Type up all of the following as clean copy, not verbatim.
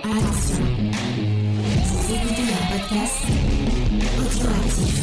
Attention, vous écoutez un podcast audioactif.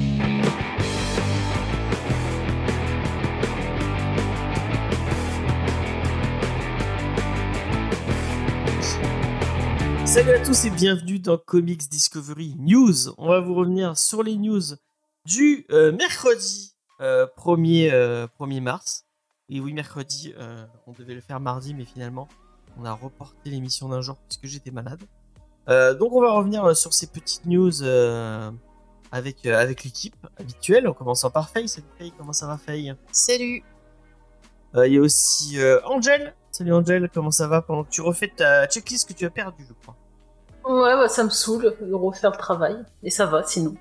Salut à tous et bienvenue dans Comics Discovery News. On va vous revenir sur les news du mercredi 1er mars. Et oui, mercredi, on devait le faire mardi, mais finalement, on a reporté l'émission d'un jour puisque j'étais malade. Donc on va revenir sur ces petites news avec l'équipe habituelle, en commençant par Faye. Salut Faye, comment ça va Faye ? Salut. Il y a aussi Angel. Salut Angel, comment ça va pendant que tu refais ta checklist que tu as perdue, je crois. Ouais, bah, ça me saoule de refaire le travail. Et ça va, sinon.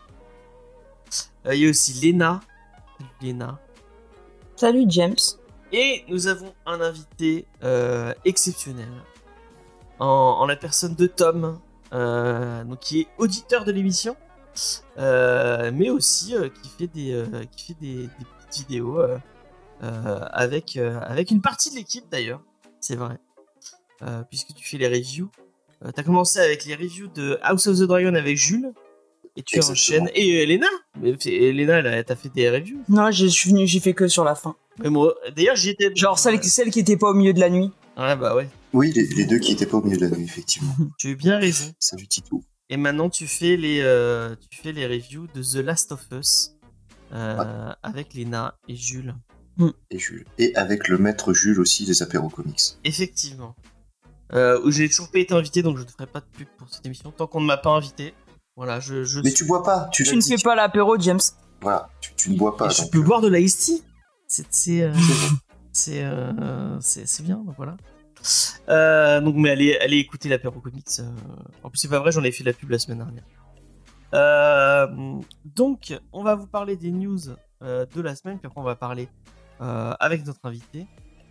Il y a aussi Léna. Salut Léna. Salut James. Et nous avons un invité exceptionnel. En la personne de Tom. Donc qui est auditeur de l'émission. Mais aussi qui fait des petites vidéos avec une partie de l'équipe d'ailleurs. C'est vrai. Puisque tu fais les reviews. T'as commencé avec les reviews de House of the Dragon avec Jules. Et tu enchaînes. Et Elena. Elena, t'as fait des reviews. Non, j'ai fait que sur la fin. Mais moi, d'ailleurs, j'y étais. Genre celle qui était pas au milieu de la nuit. Ouais, bah ouais. Oui, les deux qui étaient pas au milieu de la nuit, effectivement. Tu as bien raison. Salut Titou. Et maintenant, tu fais les reviews de The Last of Us avec Léna et Jules. Et Jules. Et avec le maître Jules aussi, des apéros comics. Effectivement. Où j'ai toujours pas été invité, donc je ne ferai pas de pub pour cette émission tant qu'on ne m'a pas invité. Voilà, Mais tu bois pas. Tu ne fais pas l'apéro, James. Voilà, tu ne bois pas. Je peux boire de l'Ice Tea. C'est bien, donc voilà. Donc, mais allez écouter l'apéro comics. En plus, c'est pas vrai, j'en ai fait de la pub la semaine dernière. Donc, on va vous parler des news de la semaine, puis après, on va parler avec notre invité.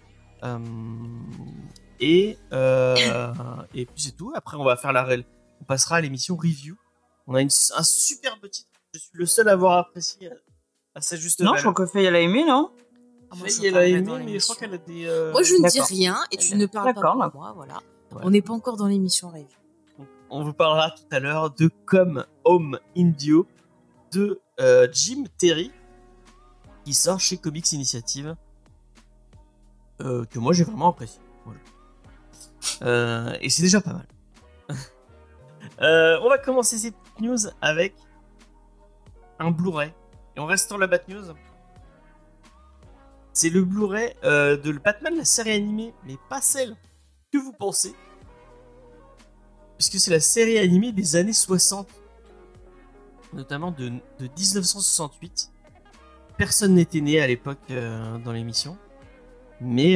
Et puis c'est tout. Après, on va faire on passera à l'émission review. On a un superbe titre. Je suis le seul à avoir apprécié à sa juste valeur. Non, je crois que Faye elle a aimé, non? Faye elle a aimé, mais je crois qu'elle a des. Moi, je ne dis rien et tu ne parles pas pour moi, voilà. Ouais. On n'est pas encore dans l'émission review. Donc, on vous parlera tout à l'heure de Come Home Indio de Jim Terry qui sort chez Comics Initiative que moi j'ai vraiment apprécié. Voilà. Et c'est déjà pas mal. On va commencer cette news avec un Blu-ray. Et on reste sur la Bat News. C'est le Blu-ray de le Batman, la série animée, mais pas celle que vous pensez. Puisque c'est la série animée des années 60. Notamment de 1968. Personne n'était né à l'époque dans l'émission. Mais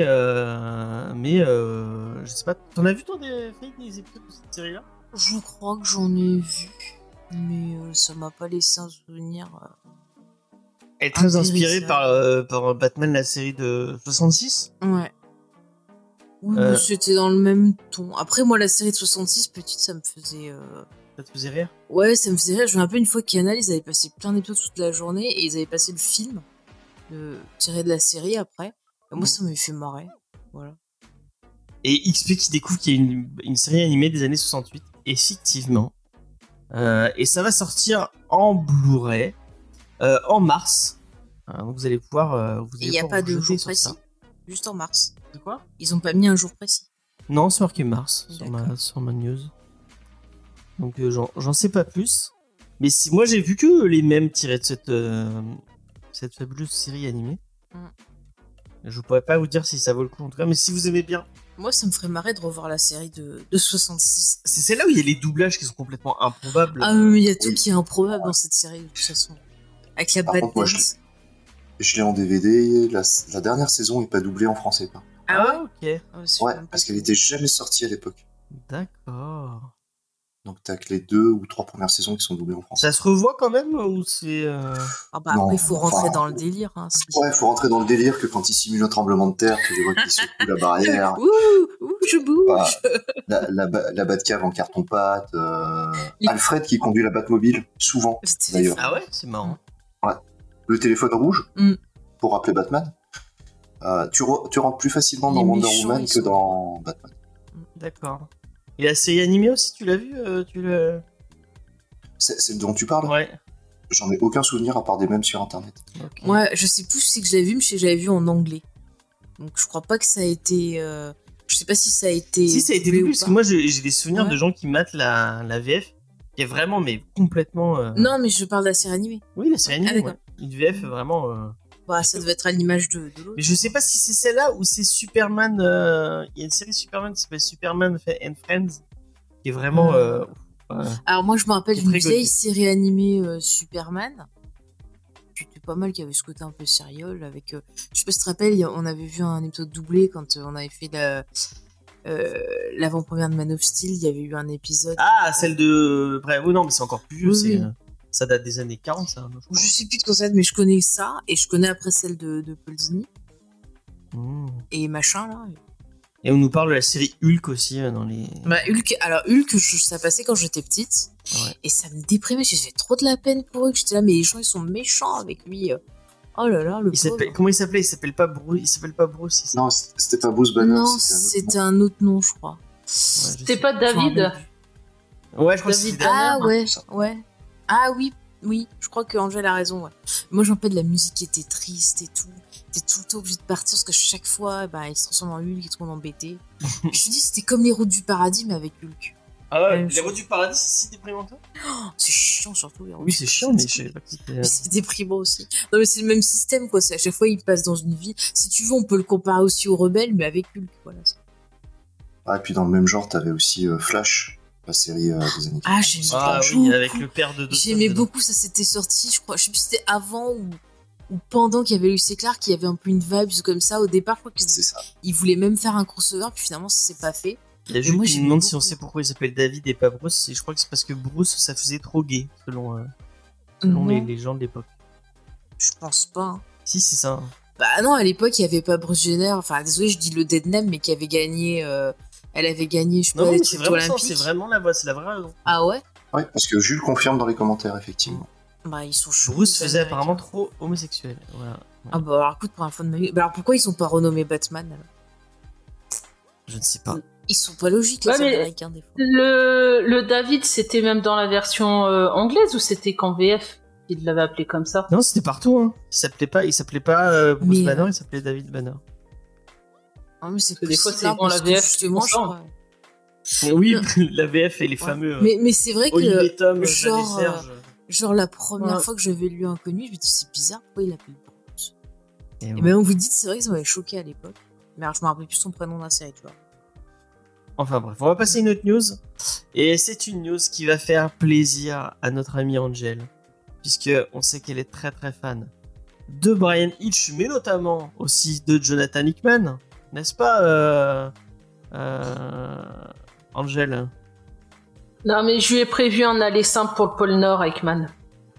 je sais pas, t'en as vu toi des épisodes de cette série-là ? Je crois que j'en ai vu, mais ça m'a pas laissé un souvenir. Elle est très inspirée par Batman, la série de 66. Ouais. Oui, mais c'était dans le même ton. Après, moi, la série de 66, petite, ça me faisait... Ça te faisait rire ? Ouais, ça me faisait rire. Je me rappelle une fois qu'Yanal, ils avaient passé plein d'épisodes toute la journée et ils avaient passé le film tiré de la série après. Et moi, ça m'avait fait marrer. Voilà. Et XP qui découvre qu'il y a une série animée des années 68. Effectivement. Et ça va sortir en Blu-ray en mars. Donc vous allez pouvoir... il n'y a pas de jour précis. Juste en mars. De quoi ? Ils n'ont pas mis un jour précis. Non, c'est marqué mars sur ma news. Donc j'en sais pas plus. Mais si moi j'ai vu que les mêmes tirés de cette fabuleuse série animée. Je pourrais pas vous dire si ça vaut le coup en tout cas, mais si vous aimez bien. Moi, ça me ferait marrer de revoir la série de 66. C'est celle-là où il y a les doublages qui sont complètement improbables. Ah mais il y a tout qui est improbable dans cette série de toute façon. Avec la Bad Dance. Je l'ai en DVD, la dernière saison est pas doublée en français. Quoi. Ah ok. Ouais, parce qu'elle était jamais sortie à l'époque. D'accord. Donc t'as que les 2 ou 3 premières saisons qui sont doublées en français. Ça se revoit quand même ou c'est... Ah bah après il faut rentrer dans le délire. Hein, ouais, il faut rentrer dans le délire que quand il simule un tremblement de terre, tu vois qu'il secoue la barrière. Ouh, je bouge. Bah, la Batcave en carton-pâte. Alfred qui conduit la Batmobile, souvent d'ailleurs. Ah ouais, c'est marrant. Ouais. Le téléphone rouge, pour appeler Batman. Tu rentres plus facilement dans Wonder Woman que dans Batman. D'accord. Et la série animée aussi, tu l'as vu C'est le dont tu parles? Ouais. J'en ai aucun souvenir à part des mèmes sur internet. Okay. Moi, je sais plus, je sais que je l'avais vu, mais je sais que je l'avais vu en anglais. Donc je crois pas que ça a été. Je sais pas si ça a été. Si, ça a été doublé, parce que moi j'ai des souvenirs Ouais. de gens qui matent la VF, qui est vraiment, mais complètement. Non, mais je parle de la série animée. Oui, la série animée. d'accord. Ouais. Une VF vraiment. Bah, ça devait être à l'image de l'autre. Mais je sais pas si c'est celle-là ou c'est Superman. Il y a une série Superman qui s'appelle Superman and Friends, qui est vraiment. Alors moi, je me rappelle C'est d'une très vieille gothique. série animée Superman. C'était pas mal, qui avait ce côté un peu sérieux avec. Je sais pas si tu te rappelles, on avait vu un épisode doublé quand on avait fait l'avant-première de Man of Steel. Il y avait eu un épisode. Ah, celle de. Bref, oui, non, mais c'est encore plus vieux. Oui, c'est, oui. ça date des années 40, ça. Je crois. Je sais plus de quoi ça date, mais je connais ça et je connais après celle de Paul Dini Mmh. et machin là. Et on nous parle de la série Hulk aussi dans les. Bah Hulk, ça passait quand j'étais petite Ouais. et ça me déprimait. J'ai fait trop de la peine pour eux. J'étais là, mais les gens ils sont méchants avec lui. Oh là là, le pauvre. Comment il s'appelait? Il s'appelle pas Bruce. Il Non, c'était pas Bruce Banner. Non, c'était c'était un autre nom, je crois. C'était pas David? Ouais, je crois que David c'était Ah Banner, ouais, ouais. Ah oui, je crois que Angèle a raison, ouais. Moi, j'en fais de la musique qui était triste et tout. T'es tout le temps obligé de partir parce que chaque fois, bah, il se transforme en Hulk et tout le monde embêté. Je me suis dit, c'était comme les routes du paradis, mais avec Hulk. Ah ouais, Même les chose. routes du paradis, c'est si déprimant que ça? Oh, c'est chiant, surtout. Les routes Oui, du c'est paradis. chiant, mais je savais pas que c'était. Mais c'est déprimant aussi. Non, mais c'est le même système, quoi. C'est à chaque fois, il passe dans une vie. Si tu veux, on peut le comparer aussi aux rebelles, mais avec Hulk, voilà. Ah, et puis dans le même genre, t'avais aussi Flash, la série des années 40. Ah, j'aimais Ah beaucoup. oui, avec le père de Dawson J'aimais dedans. beaucoup, ça s'était sorti, je crois. Je sais plus si c'était avant ou pendant qu'il y avait Lucy Clark, qu'il y avait un peu une vibe comme ça. Au départ, je crois C'est ça. qu'ils voulaient même faire un crossover, puis finalement, ça s'est pas fait. Il y a Et Jules moi, qui j'aimais me demande si on beaucoup. sait pourquoi il s'appelle David et pas Bruce. Et je crois que c'est parce que Bruce, ça faisait trop gay, selon Non. les gens de l'époque. Je pense pas. Hein. Si, c'est ça. Bah non, à l'époque, il y avait pas Bruce Jenner. Enfin, désolé, je dis le dead name, mais qui avait gagné. Elle avait gagné, je sais Non, pas, mais les c'est trucs vraiment ça, olympiques. c'est vraiment la voix, c'est la vraie raison. Ah ouais. Ouais, parce que Jules confirme dans les commentaires, effectivement. Bah ils sont chauds. Bruce les faisait Américains. apparemment trop homosexuel. Voilà. Ah bah alors écoute, pour la fin de ma vie. Bah alors pourquoi ils ont pas renommé Batman alors? Je ne sais pas. Ils sont pas logiques les Ouais, mais- Américains des fois. Le David, c'était même dans la version anglaise ou c'était qu'en VF il l'avait appelé comme ça? Non, c'était partout. Hein. Il s'appelait pas Bruce Mais, Banner, il s'appelait David Banner. Ah mais c'est Parce que des fois, possible, c'est dans la parce que VF, justement, c'est je pour crois. Oui, Non. la VF et les Ouais. fameux Mais c'est vrai Olivier que Tom, genre, Jeanne et Serge. genre la première Ouais. fois que j'avais lu Inconnu, je me dis c'est bizarre, pourquoi il l'appelle Bruce? Et Et ouais. même vous dites, c'est vrai que ça m'avait choqué à l'époque. Mais alors je me rappelle plus son prénom dans la série, tu vois. Enfin bref, on va passer à une autre news. Et c'est une news qui va faire plaisir à notre amie Angel. Puisque on sait qu'elle est très très fan de Brian Hitch, mais notamment aussi de Jonathan Hickman. N'est-ce pas, Angel? Non, mais je lui ai prévu un aller simple pour le pôle Nord avec Man.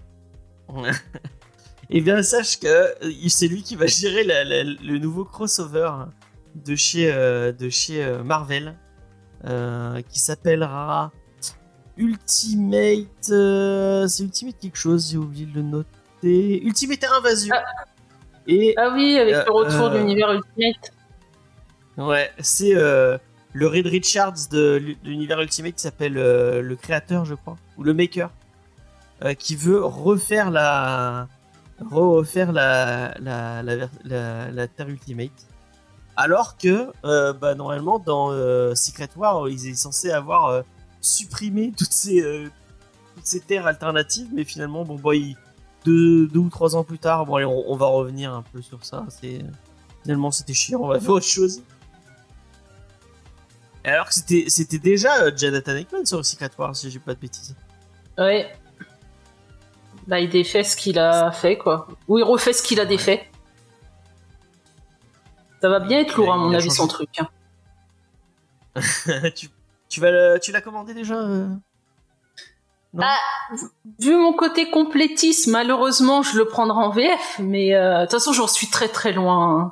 Eh bien, sache que c'est lui qui va gérer le nouveau crossover de chez Marvel, qui s'appellera Ultimate. C'est Ultimate quelque chose, j'ai oublié de le noter. Ultimate Invasion. Et Ah oui, avec le retour de l'univers Ultimate. ouais, c'est le Reed Richards de l'univers Ultimate qui s'appelle le créateur, je crois, ou le maker, qui veut refaire la Terre Ultimate. Alors que, normalement, dans Secret War, ils étaient censés avoir supprimé toutes ces terres alternatives, mais finalement, deux ou 3 ans plus tard, allez, on va revenir un peu sur ça. Finalement, c'était chiant, on va faire autre chose. Et alors que c'était déjà Jonathan Hickman sur Secret War, si j'ai pas de bêtises. Ouais. Bah, il défait ce qu'il a fait, quoi. Ou il refait ce qu'il a défait. Ça va bien être lourd, à mon Il a avis, changé. son truc. Hein. tu l'as commandé déjà Non. Vu mon côté complétiste, malheureusement, je le prendrai en VF. Mais de toute façon, j'en suis très très loin. Hein.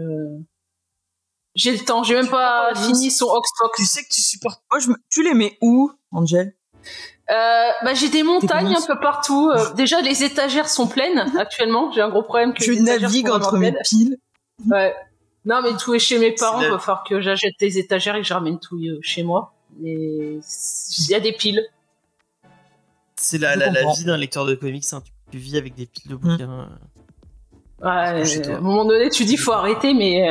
J'ai le temps. J'ai même pas fini son Oxbox. Tu sais que tu supportes. Moi, tu les mets où, Angel? J'ai des montagnes comment un peu partout. Déjà, les étagères sont pleines actuellement. J'ai un gros problème que Je les étagères navigue sont vraiment entre mes pleines. piles. Ouais. Non, mais tout est chez mes parents. C'est Il la- va falloir que j'achète des étagères et que je ramène tout chez moi. Et il y a des piles. C'est la vie d'un lecteur de comics, hein. Tu vis avec des piles de bouquins. Ouais, à un moment donné, tu dis faut arrêter, mais...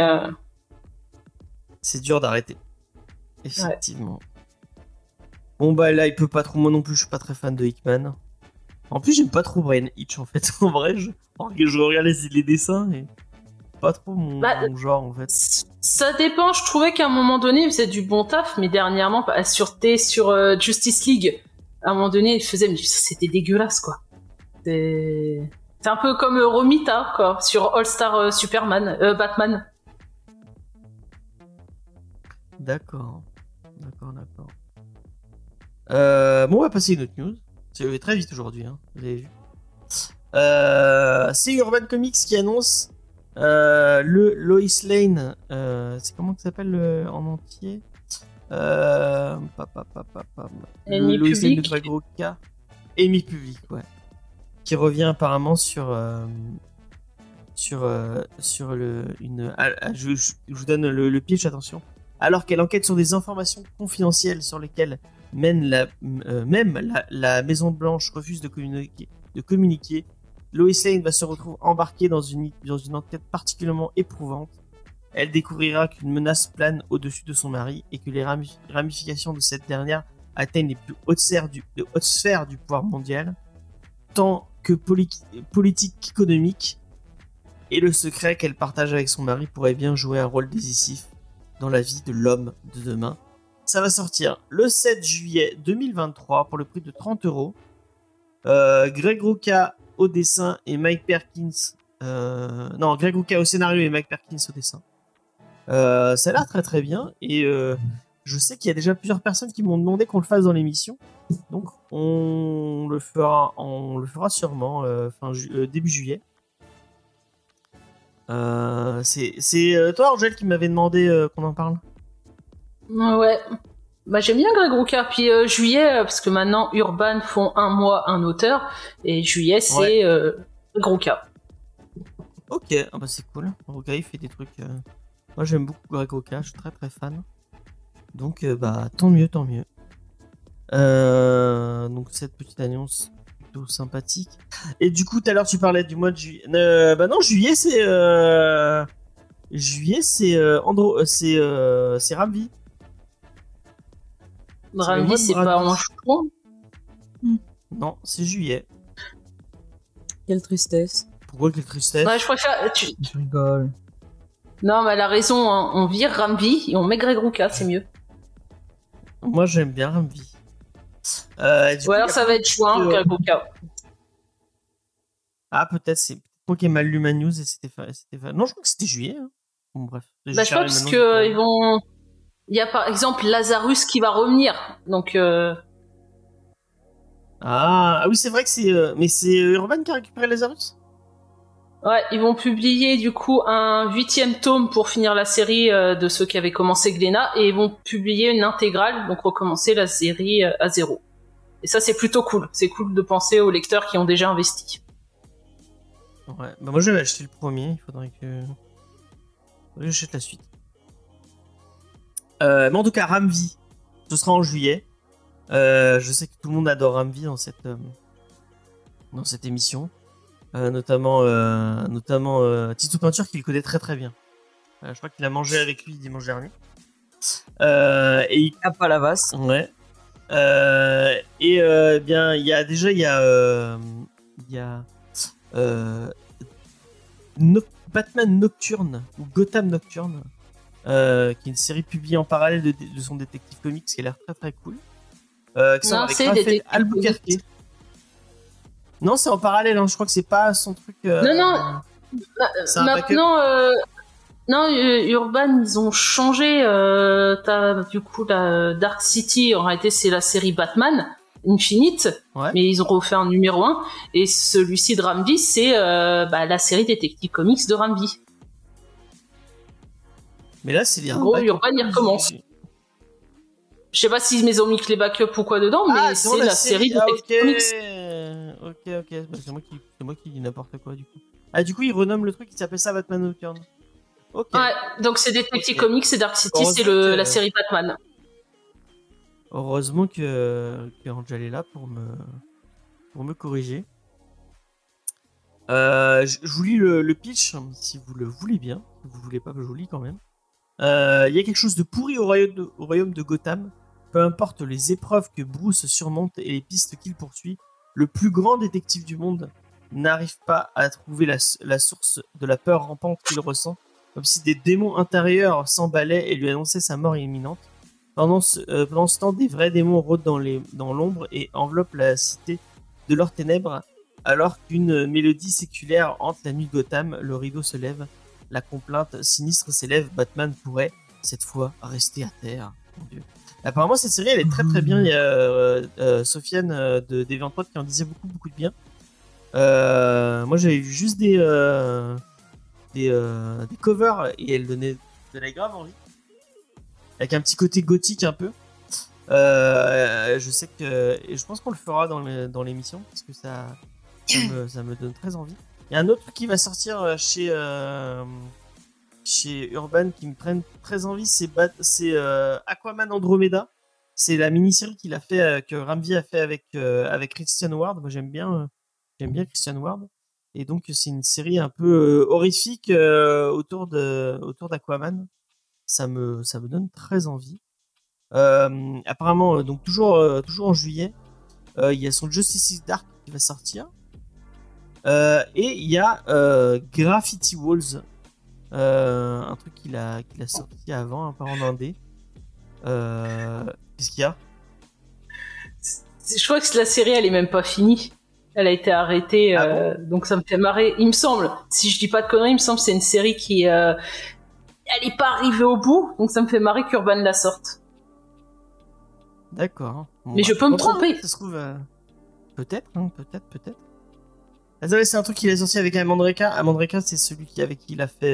C'est dur d'arrêter. Effectivement. Bon bah là, il peut pas trop... Moi non plus, je suis pas très fan de Hickman. En plus, j'aime pas trop Brian Hitch, en fait. En vrai, je regarde les dessins et... Pas trop mon genre, en fait. Ça dépend. Je trouvais qu'à un moment donné, il faisait du bon taf, mais dernièrement, sur Justice League, à un moment donné, il faisait... Mais c'était dégueulasse, quoi. C'est un peu comme Romita, quoi, sur All-Star Batman. D'accord. Bon, on va passer une autre news. C'est très vite aujourd'hui, hein. Vous avez vu. C'est Urban Comics qui annonce le Lois Lane. C'est comment ça s'appelle en entier Ennemi Lois Lane public. de Greg Rucka. Ennemi public, ouais. Qui revient apparemment sur je vous donne le pitch, attention. Alors qu'elle enquête sur des informations confidentielles sur lesquelles même la Maison Blanche refuse de communiquer, Lois Lane va se retrouver embarquée dans une enquête particulièrement éprouvante. Elle découvrira qu'une menace plane au-dessus de son mari et que les ramifications de cette dernière atteignent les plus hautes sphères du pouvoir mondial, tant que politique qu'économique, et le secret qu'elle partage avec son mari pourrait bien jouer un rôle décisif dans la vie de l'homme de demain. Ça va sortir le 7 juillet 2023 pour le prix de 30€. Greg Rucka au dessin et Mike Perkins... Greg Rucka au scénario et Mike Perkins au dessin. Ça a l'air très très bien, et je sais qu'il y a déjà plusieurs personnes qui m'ont demandé qu'on le fasse dans l'émission. Donc on le fera sûrement début juillet. C'est toi, Angèle, qui m'avait demandé qu'on en parle. Ouais. Bah, j'aime bien Greg Rucka. Puis juillet, parce que maintenant Urban font un mois un auteur, et juillet c'est Greg Rucka. Ok, bah c'est cool. Rucka il fait des trucs. Moi j'aime beaucoup Greg Rucka, je suis très très fan. Donc tant mieux. Donc cette petite annonce plutôt sympathique. Et du coup tout à l'heure tu parlais du mois de juillet. Non, juillet c'est c'est Ramvi. Ramvi c'est pas en juin. Non, c'est juillet. Quelle tristesse. Pourquoi quelle tristesse? Ouais, je préfère. Je rigole. Non, mais elle a raison, hein. On vire Ramvi et on met Greg Rucka, c'est mieux. Moi j'aime bien Ramvi. Ou alors ça va être juin, Greg Rucka. Ah, peut-être c'est moi qui ai mal lu ma news et c'était non, je crois que c'était juillet. Hein. Bon, bref. Bah, je crois parce que ils vont. Il y a par exemple Lazarus qui va revenir, donc. Ah oui, c'est vrai que c'est. Mais c'est Urban qui a récupéré Lazarus. Ouais, ils vont publier du coup un 8e tome pour finir la série de ceux qui avaient commencé Glénat, et ils vont publier une intégrale, donc recommencer la série à zéro. Et ça, c'est plutôt cool. C'est cool de penser aux lecteurs qui ont déjà investi. Ouais, bah moi je vais acheter le premier, il faudrait que j'achète la suite. Mais en tout cas, Ramvi, ce sera en juillet. Je sais que tout le monde adore Ramvi dans cette émission. Notamment Tito Peinture qui le connaît très très bien. Je crois qu'il a mangé avec lui dimanche dernier. Et il tape pas la vasse. Ouais. Bien il y a Batman Nocturne ou Gotham Nocturne, qui est une série publiée en parallèle de son Detective Comics qui a l'air très très cool. Non, c'est Detective Albuquerque. Non, c'est en parallèle, hein. Je crois que c'est pas son truc. Non. Maintenant, Urban, ils ont changé. T'as du coup la Dark City, en réalité, c'est la série Batman Infinite, ouais. Mais ils ont refait un numéro 1. Et celui-ci de Ramvi, c'est la série Detective Comics de Ramvi. Mais là, c'est bien. En gros, Urban, il recommence. Je sais pas s'ils ont mis que les backups ou quoi dedans, mais c'est la série Detective Comics. Ok. Bah, c'est moi qui dis n'importe quoi du coup. Ah, du coup, ils renomment le truc, il s'appelle ça Batman Nocturne. Ok. Ouais, donc c'est Detective Comics et Dark City, c'est la série Batman. Heureusement que Angel est là pour me corriger. Je vous lis le pitch, si vous le voulez bien. Si vous voulez pas, je vous lis quand même. Il y a quelque chose de pourri au royaume de Gotham. Peu importe les épreuves que Bruce surmonte et les pistes qu'il poursuit, le plus grand détective du monde n'arrive pas à trouver la source de la peur rampante qu'il ressent, comme si des démons intérieurs s'emballaient et lui annonçaient sa mort imminente. Pendant ce temps, des vrais démons rôdent dans l'ombre et enveloppent la cité de leurs ténèbres. Alors qu'une mélodie séculaire hante la nuit de Gotham, le rideau se lève, la complainte sinistre s'élève, Batman pourrait, cette fois, rester à terre. Mon Dieu. Apparemment, cette série, elle est très très bien. Il y a Sofiane de Deviant Prod qui en disait beaucoup de bien. Moi, j'avais vu juste des covers et elle donnait grave envie. Avec un petit côté gothique un peu. Je sais que... Et je pense qu'on le fera dans l'émission, parce que ça me donne très envie. Il y a un autre truc qui va sortir chez Urban qui me prenne très envie, c'est Aquaman Andromeda. C'est la mini-série qu'il a fait, que Ramvi a fait avec Christian Ward. Moi j'aime bien Christian Ward. Et donc c'est une série un peu horrifique autour d'Aquaman. Ça me donne très envie. Apparemment, donc toujours en juillet, il y a son Justice League Dark qui va sortir. Et il y a Graffiti Walls, un truc qu'il a sorti avant, un peu en indé. Qu'est-ce qu'il y a ? Je crois que la série, elle est même pas finie. Elle a été arrêtée, bon donc ça me fait marrer. Il me semble, si je dis pas de conneries, il me semble que c'est une série qui elle est pas arrivée au bout, donc ça me fait marrer qu'Urban la sorte. D'accord. Bon, mais je peux me tromper. Ça se trouve, peut-être. Ah, c'est un truc qu'il a sorti avec Amandreka. Amandreka, c'est celui avec qui il a fait.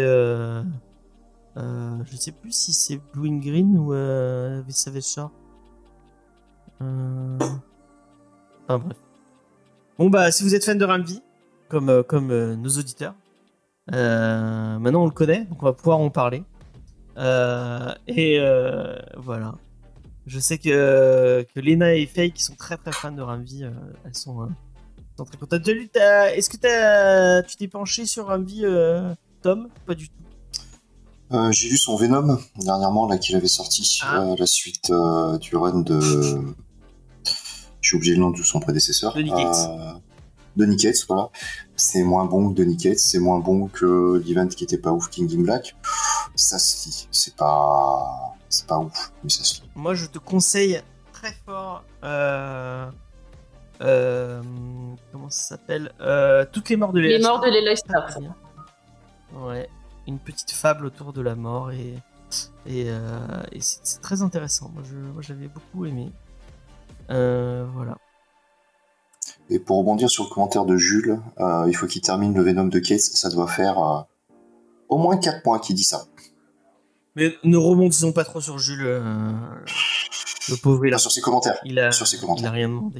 Je sais plus si c'est Blue and Green ou Savage Shore. Enfin bref. Bon bah, si vous êtes fan de Ramvi, comme nos auditeurs, maintenant on le connaît, donc on va pouvoir en parler. Voilà. Je sais que Lena et Faye, qui sont très très fans de Ramvi, elles sont très contentes. Est-ce que tu t'es penché sur Ramvi, Tom ? Pas du tout. J'ai lu son Venom dernièrement là qu'il avait sorti, la suite du run de. J'ai oublié le nom de son prédécesseur. De Nick Cates. De Nick Cates, voilà. C'est moins bon que de Nick Cates, c'est moins bon que l'event qui était pas ouf, King in Black. Ça se lit, c'est pas ouf, mais ça se lit. Moi, je te conseille très fort. Comment ça s'appelle ? Toutes les morts de Leila. Les morts de Leila Starr. Ouais, une petite fable autour de la mort et c'est très intéressant. Moi, j'avais beaucoup aimé. Voilà. Et pour rebondir sur le commentaire de Jules, il faut qu'il termine le Venom de Cates, ça doit faire au moins 4 points qu'il dit ça. Mais ne rebondissons pas trop sur Jules, le pauvre là. Sur ses commentaires. Il a rien demandé.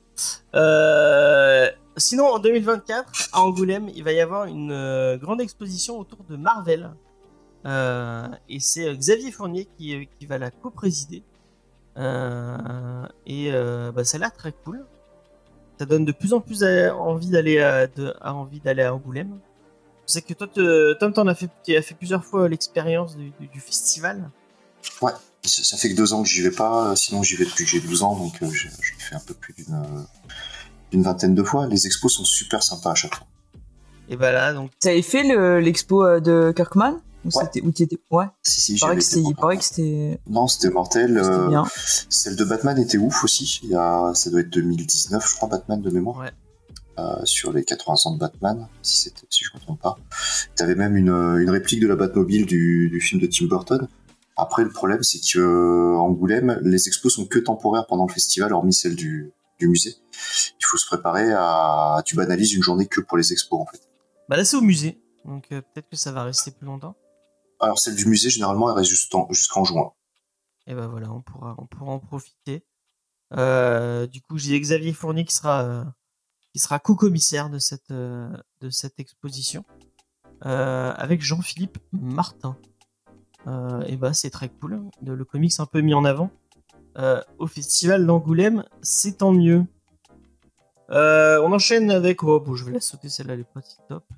Sinon, en 2024, à Angoulême, il va y avoir une grande exposition autour de Marvel. Et c'est Xavier Fournier qui va la co-présider. Ça a l'air très cool. Ça donne de plus en plus envie d'aller à Angoulême. Je sais que toi, Tom, tu as fait plusieurs fois l'expérience du festival. Ouais, ça fait que 2 ans que j'y vais pas, sinon j'y vais depuis que j'ai 12 ans, donc je l'ai fait un peu plus d'une vingtaine de fois. Les expos sont super sympas à chaque fois. Et bah là, donc. T'avais fait l'expo de Kirkman ? Ou ouais. C'était où tu étais ? Ouais. Si, il paraît que c'était. Non, c'était mortel. C'était bien. Celle de Batman était ouf aussi. Ça doit être 2019, je crois, Batman de mémoire. Ouais. Sur les 80 ans de Batman, si je ne me trompe pas. T'avais même une réplique de la Batmobile du film de Tim Burton. Après, le problème, c'est que Angoulême, les expos sont que temporaires pendant le festival, hormis celle du musée. Il faut se préparer à... Tu banalises une journée que pour les expos, en fait. Bah là, c'est au musée, donc peut-être que ça va rester plus longtemps. Alors, celle du musée, généralement, elle reste jusqu'en juin. Et bah voilà, on pourra en profiter. Du coup, j'ai Xavier Fournier qui sera co-commissaire de cette exposition, avec Jean-Philippe Martin. Et bah c'est très cool. Le comics un peu mis en avant. au festival d'Angoulême, c'est tant mieux. On enchaîne avec... Oh, bon, je vais la sauter, celle-là, elle est pas si top.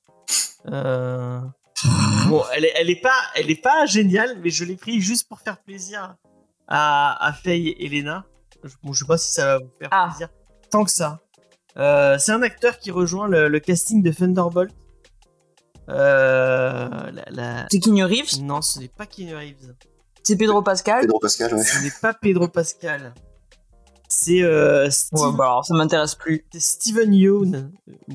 Bon, elle est pas géniale, mais je l'ai pris juste pour faire plaisir à Faye et Elena. Bon, je sais pas si ça va vous faire plaisir tant que ça. C'est un acteur qui rejoint le casting de Thunderbolt. C'est Keanu Reeves? Non, ce n'est pas Keanu Reeves. C'est Pedro Pascal? Pedro Pascal, ouais. Ce n'est pas Pedro Pascal. C'est Ouais, bah alors ça m'intéresse plus. c'est Steven Yeun.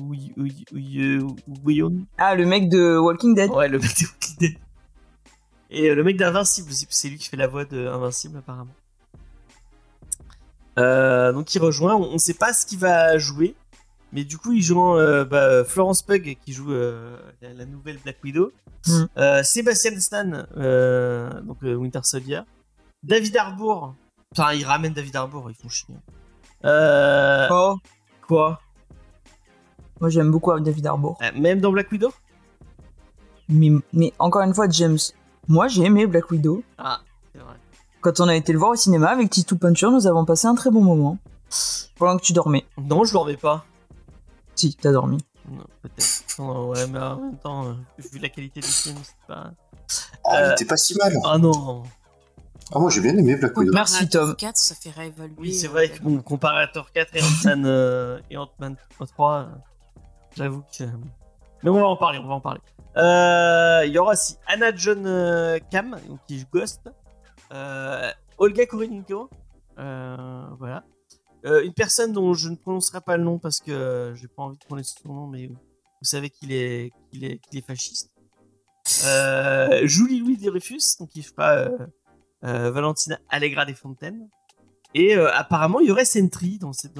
Yeun. Ah, le mec de Walking Dead. Ouais, le mec de Walking Dead. Et le mec d'Invincible aussi, c'est lui qui fait la voix de Invincible apparemment. Donc il rejoint, on sait pas ce qu'il va jouer, mais du coup il joue Florence Pugh qui joue la nouvelle Black Widow, Sébastien Stan, donc Winter Soldier, David Harbour, enfin ils ramènent David Harbour, ils font chier. Oh, Quoi? moi j'aime beaucoup David Harbour. Même dans Black Widow? Mais encore une fois, James, moi j'ai aimé Black Widow. Ah, c'est vrai. Quand on a été le voir au cinéma avec Titou Puncher, nous avons passé un très bon moment. Pendant que tu dormais. Non, je dormais pas. Si, t'as dormi. Non, peut-être. Non, ouais, mais en même temps, vu la qualité du film, c'est pas... Ah, il était pas si mal. Ah non. Ah, moi j'ai bien aimé Black Widow. Merci, Tom. 4, ça fait réévaluer. Oui, c'est vrai que bon, comparé à Thor 4 et Ant-Man 3, j'avoue que... Mais on va en parler, Il y aura aussi Anna John Cam, donc qui joue Ghost. Olga Kurylenko. Voilà. Une personne dont je ne prononcerai pas le nom parce que j'ai pas envie de prononcer son nom, mais vous savez qu'il est fasciste. Julie Louis Dreyfus, donc qui fera Valentina Allegra des Fontaines. Et apparemment, il y aurait Sentry dans ce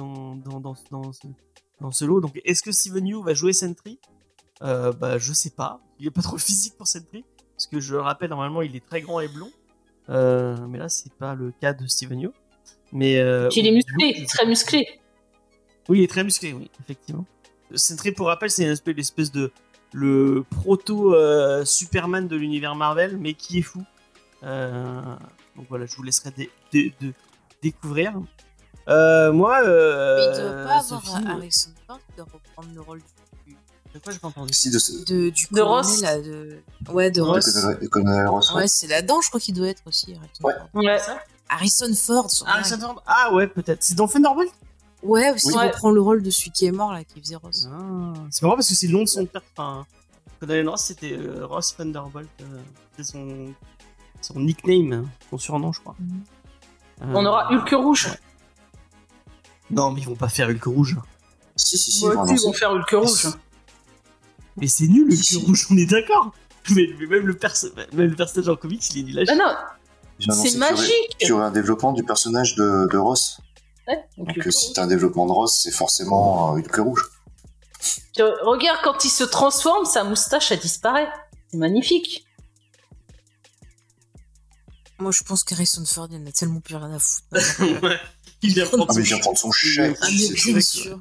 lot. Donc, est-ce que Steven Yeun va jouer Sentry? Je sais pas. Il est pas trop physique pour Sentry. Parce que je le rappelle, normalement, il est très grand et blond. Mais là, c'est pas le cas de Steven Yeun. Mais Il est musclé, très musclé. oui, il est très musclé, oui, effectivement. Sentry, pour rappel, c'est une espèce de le proto Superman de l'univers Marvel, mais qui est fou. Donc voilà, je vous laisserai découvrir. Moi, Mais il doit pas ce avoir film- Harrison Ford qui doit reprendre le rôle De quoi j'ai pas entendu? Si, du De Ross. colonel, là, de... Ouais, de Ouais, Ross. Colonel Ross. Ouais, c'est là-dedans, je crois qu'il doit être aussi. Harrison Ouais. Ford. Ouais. Harrison Ford. Harrison Ford. Ah ouais, peut-être. C'est dans Thunderbolt? Ouais, aussi, il Ouais. reprend le rôle de celui qui est mort, là, qui faisait Ross. Ah, c'est marrant parce que c'est le nom de son père. Enfin, Colonel Ross, c'était Ross Thunderbolt. C'était son nickname, son surnom, je crois. On aura Hulk rouge. Non, mais ils vont pas faire Hulk rouge. Si, Ouais, vraiment, ils vont faire Hulk rouge. Mais c'est nul, Hulk Si. rouge, on est d'accord. Mais même le personnage en comics, il est nul à Ah chier. non, J'ai annoncé c'est qu'il y aurait- magique. qu'il y aurait un développement du personnage de Ross. Ouais, donc Donc Hulk si rouge. t'as un développement de Ross, c'est forcément Hulk rouge. Puis, regarde, quand il se transforme, sa moustache, elle disparaît. C'est magnifique. Moi, je pense qu'Harrison Ford, il en a tellement plus rien à foutre. Ouais. Il vient prendre Ah, mais son il vient prendre son chèque. Ah, mais c'est bien sûr. sûr.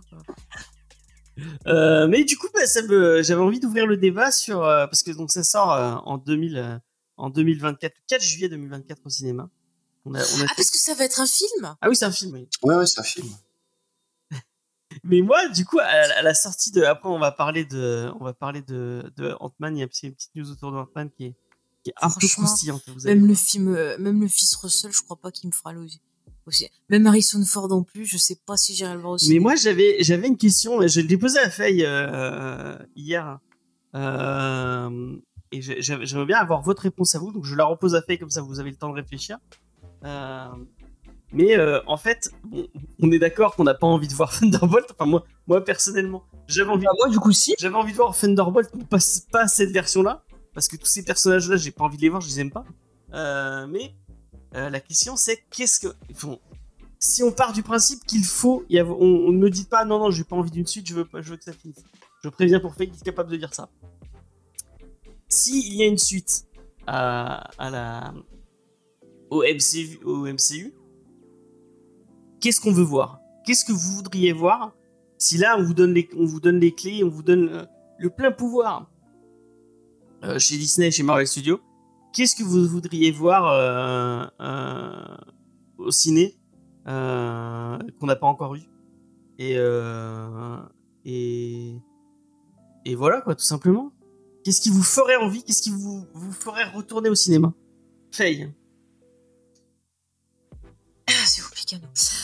Mais du coup, j'avais envie d'ouvrir le débat sur parce que donc ça sort en 2024, 4 juillet 2024 au cinéma. On a Ah, parce que ça va être un film? Ah oui, c'est un film. Oui. Ouais, c'est un film. Mais moi, du coup, à la sortie de, après, on va parler de Ant-Man. Il y a une petite news autour de Ant-Man qui est un peu Franchement, croustillante. Vous allez Même voir. le film, même le fils Russell, je crois pas qu'il me fera l'osier. Aussi. Même Harrison Ford non plus, je sais pas si j'irai le voir aussi. Mais moi, j'avais une question. Je l'ai posée à Faye hier. Et j'aimerais bien avoir votre réponse à vous. Donc, je la repose à Faye, comme ça, vous avez le temps de réfléchir. Mais en fait, on est d'accord qu'on n'a pas envie de voir Thunderbolt. Enfin, moi personnellement, j'avais envie Moi, du coup, si. de voir Thunderbolt, mais pas cette version-là. Parce que tous ces personnages-là, j'ai pas envie de les voir, je les aime pas. Mais la question, c'est si on part du principe qu'il faut, on ne me dit pas non, j'ai pas envie d'une suite, je veux que ça finisse. Je préviens pour Faye qu'il est capable de dire ça. S'il y a une suite au MCU, qu'est-ce qu'on veut voir? Qu'est-ce que vous voudriez voir si là on vous donne les clés, on vous donne le plein pouvoir chez Disney, chez Marvel Studios? Qu'est-ce que vous voudriez voir au ciné qu'on n'a pas encore eu. Et voilà quoi, tout simplement. Qu'est-ce qui vous ferait envie? Qu'est-ce qui vous ferait retourner au cinéma? Faye. C'est compliqué.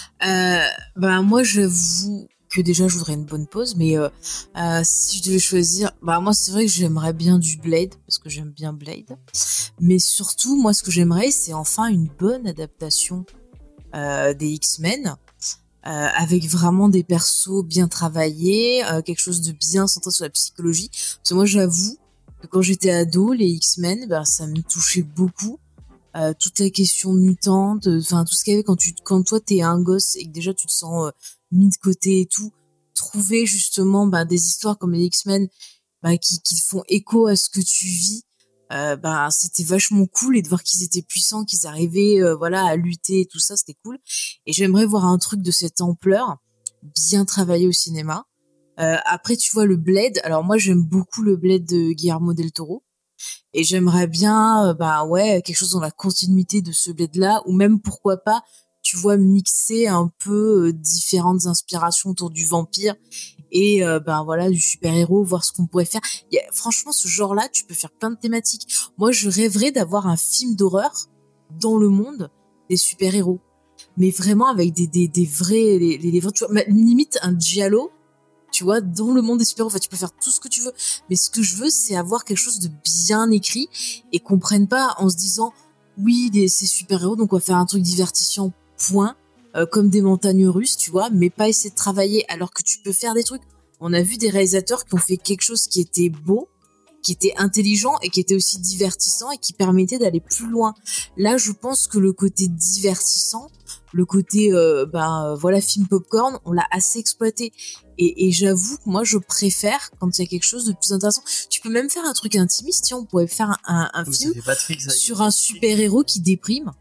Moi, j'avoue que déjà, je voudrais une bonne pause, mais si je devais choisir, moi, c'est vrai que j'aimerais bien du Blade, parce que j'aime bien Blade. Mais surtout, moi, ce que j'aimerais, c'est enfin une bonne adaptation des X-Men, avec vraiment des persos bien travaillés, quelque chose de bien centré sur la psychologie. Parce que moi, j'avoue que quand j'étais ado, les X-Men, ça me touchait beaucoup. Toute la question mutante, enfin tout ce qu'il y avait quand toi t'es un gosse et que déjà tu te sens mis de côté et tout, trouver justement des histoires comme les X-Men qui font écho à ce que tu vis, c'était vachement cool, et de voir qu'ils étaient puissants, qu'ils arrivaient à lutter et tout ça, c'était cool. Et j'aimerais voir un truc de cette ampleur bien travaillé au cinéma. Après tu vois le Blade, alors moi j'aime beaucoup le Blade de Guillermo del Toro. Et j'aimerais bien, quelque chose dans la continuité de ce Blade-là, ou même, pourquoi pas, tu vois, mixer un peu différentes inspirations autour du vampire et, du super-héros, voir ce qu'on pourrait faire. Franchement, ce genre-là, tu peux faire plein de thématiques. Moi, je rêverais d'avoir un film d'horreur dans le monde des super-héros. Mais vraiment avec des vrais, les vrais, tu vois, limite un giallo, tu vois, dans le monde des super-héros. Enfin, tu peux faire tout ce que tu veux. Mais ce que je veux, c'est avoir quelque chose de bien écrit et qu'on prenne pas en se disant, oui, c'est super-héros, donc on va faire un truc divertissant, point, comme des montagnes russes, tu vois, mais pas essayer de travailler, alors que tu peux faire des trucs. On a vu des réalisateurs qui ont fait quelque chose qui était beau, qui était intelligent et qui était aussi divertissant et qui permettait d'aller plus loin. Là, je pense que le côté divertissant, le côté film popcorn, on l'a assez exploité. Et j'avoue que moi, je préfère quand il y a quelque chose de plus intéressant. Tu peux même faire un truc intimiste. Tiens, on pourrait faire un film sur un super-héros qui déprime.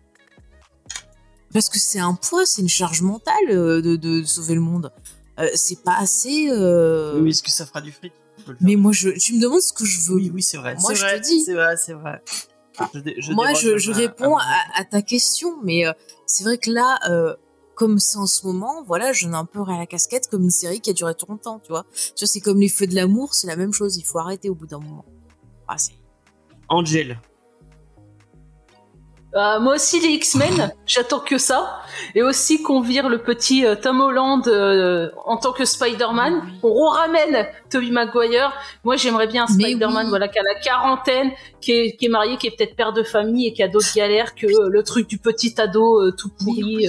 Parce que c'est un poids, c'est une charge mentale de sauver le monde. C'est pas assez... Oui, mais est-ce que ça fera du fric? Mais moi, tu me demandes ce que je veux. Oui, c'est vrai. Moi, te dis. C'est vrai. Je réponds à ta question, mais c'est vrai que là... comme c'est en ce moment, j'en ai un peu ras la casquette, comme une série qui a duré trop longtemps, tu vois. Tu vois, c'est comme les Feux de l'amour, c'est la même chose, il faut arrêter au bout d'un moment. Angel. Moi aussi, les X-Men, j'attends que ça. Et aussi qu'on vire le petit Tom Holland en tant que Spider-Man. On ramène Tobey Maguire. Moi, j'aimerais bien un Spider-Man qui a la quarantaine, qui est marié, qui est peut-être père de famille et qui a d'autres galères que le truc du petit ado tout pourri.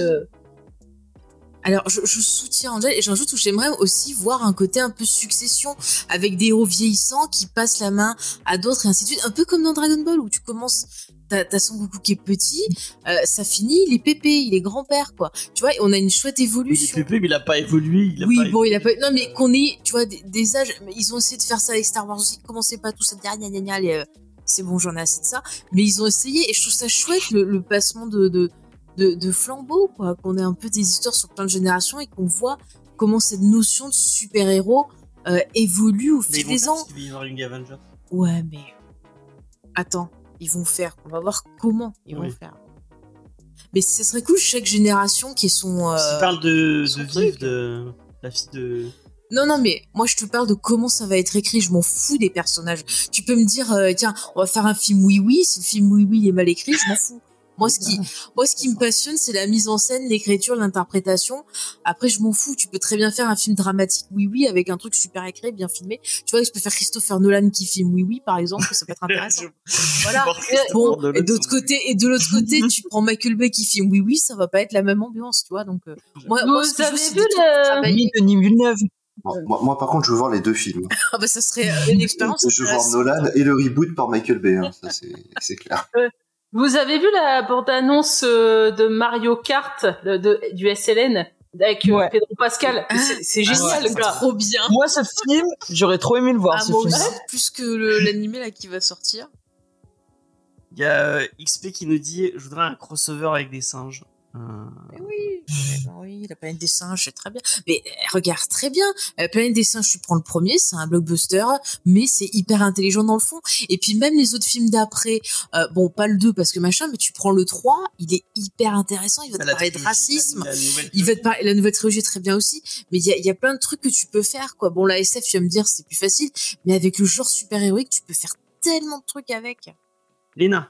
Alors, je soutiens Angel, et j'ajoute que j'aimerais aussi voir un côté un peu succession, avec des héros vieillissants qui passent la main à d'autres et ainsi de suite. Un peu comme dans Dragon Ball, où tu commences, t'as Son Goku qui est petit, ça finit, il est pépé, il est grand-père, quoi. Tu vois, on a une chouette évolution. Il est pépé, mais il a pas évolué. Il a pas... Non, mais qu'on ait, tu vois, des âges... Ils ont essayé de faire ça avec Star Wars aussi. Commencez pas tout ça, c'est bon, j'en ai assez de ça. Mais ils ont essayé, et je trouve ça chouette, le passement de flambeau, quoi, qu'on ait un peu des histoires sur plein de générations et qu'on voit comment cette notion de super-héros évolue au fil des ans. Il y avoir une Avengers. Ouais, mais attends, ils vont faire. On va voir comment ils vont faire. Mais ce serait cool, chaque génération qui est son. Tu parles de Viv, de la fille de. Non, mais moi je te parle de comment ça va être écrit. Je m'en fous des personnages. Tu peux me dire, tiens, on va faire un film oui, si le film oui est mal écrit, je m'en fous. Moi, ce qui me passionne, c'est la mise en scène, l'écriture, l'interprétation. Après, je m'en fous. Tu peux très bien faire un film dramatique, oui, avec un truc super écrit, bien filmé. Tu vois, je peux faire Christopher Nolan qui filme oui, par exemple, ça peut être intéressant. Voilà. Bon, et de l'autre côté, tu prends Michael Bay qui filme oui, ça va pas être la même ambiance, tu vois. Donc, moi, vous avez vu le Denis Villeneuve. Moi, par contre, je veux voir les deux films. Ça serait une expérience. Je veux voir Nolan et le reboot par Michael Bay, ça c'est clair. Vous avez vu la bande-annonce de Mario Kart du SLN avec Pedro Pascal? C'est génial, le gars. Trop bien. Moi, ce film, j'aurais trop aimé le voir, ce film. Plus que l'animé là qui va sortir. Il y a XP qui nous dit, je voudrais un crossover avec des singes. Oui, la planète des singes, c'est très bien. Mais regarde très bien, la planète des singes, tu prends le premier, c'est un blockbuster, mais c'est hyper intelligent dans le fond. Et puis même les autres films d'après, bon, pas le 2 parce que machin, mais tu prends le 3, il est hyper intéressant, il va te parler de racisme, il va te parler, la nouvelle trilogie est très bien aussi, mais il y a plein de trucs que tu peux faire, quoi. Bon, la SF, tu vas me dire, c'est plus facile, mais avec le genre super-héroïque, tu peux faire tellement de trucs avec. Léna.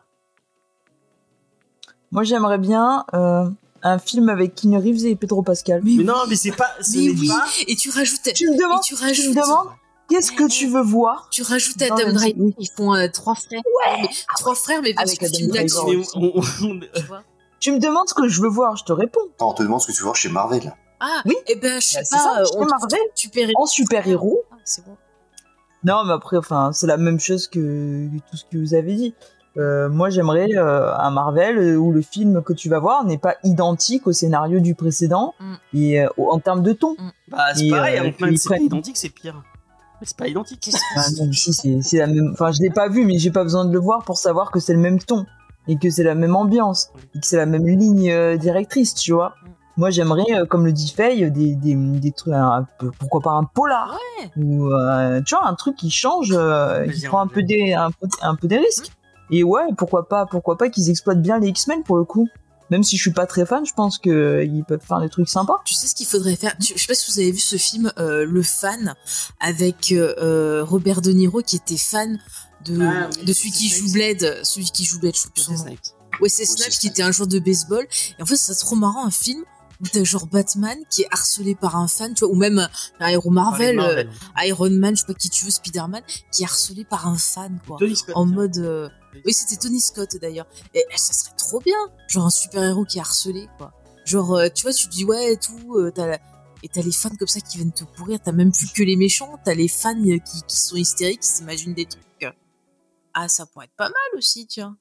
Moi, j'aimerais bien un film avec Keanu Reeves et Pedro Pascal. Mais non, mais c'est pas. Ce Mais n'est oui, pas. et tu rajoutes, Tu me demandes qu'est-ce que tu veux voir tu rajoutes dans Adam le Driver, film. ils font 3 frères. Mais, 3 frères, mais Avec parce que Adam film Driver. d'action, Mais tu vois. Tu me demandes ce que je veux voir, je te réponds. Attends, on te demande ce que tu veux voir chez Marvel. Ah, Oui. et ben, je sais Bah, c'est pas, ça, chez on Marvel, super-héros. en super-héros. Ah, c'est bon. Non, mais après, enfin, c'est la même chose que tout ce que vous avez dit. Moi, j'aimerais un Marvel où le film que tu vas voir n'est pas identique au scénario du précédent et en termes de ton. Bah, c'est Et, pareil, qu'ils c'est pas prennent- identique, c'est pire. Mais c'est pas identique. Enfin, non, si, c'est la même. Enfin, je l'ai pas vu, mais j'ai pas besoin de le voir pour savoir que c'est le même ton et que c'est la même ambiance et que c'est la même ligne directrice, tu vois. Moi, j'aimerais, comme le dit Faye, des trucs, pourquoi pas un polar ou tu vois, un truc qui change, qui prend un peu des risques. Et ouais, pourquoi pas qu'ils exploitent bien les X-Men pour le coup. Même si je suis pas très fan, je pense qu'ils peuvent faire des trucs sympas. Tu sais ce qu'il faudrait faire? Je sais pas si vous avez vu ce film, Le Fan, avec Robert De Niro qui était fan de celui qui joue Blade, je sais plus son nom. Ouais, c'est Snipes qui était un joueur de baseball. Et en fait, c'est trop marrant, un film où t'as genre Batman qui est harcelé par un fan, tu vois, ou même un héros Marvel, Iron Man, je sais pas qui tu veux, Spider-Man, qui est harcelé par un fan, quoi. Tony Scott. En mode... Oui, c'était Tony Scott d'ailleurs. Et ça serait trop bien, genre un super-héros qui est harcelé, quoi. Genre, tu vois, tu te dis, ouais, et tout, et t'as les fans comme ça qui viennent te pourrir, t'as même plus que les méchants, t'as les fans qui sont hystériques, qui s'imaginent des trucs. Ah, ça pourrait être pas mal aussi, tiens.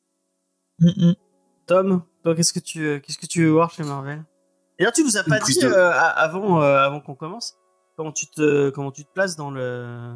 Tom, toi, qu'est-ce que tu veux voir chez Marvel? D'ailleurs, tu nous as pas dit avant qu'on commence comment tu te places dans le.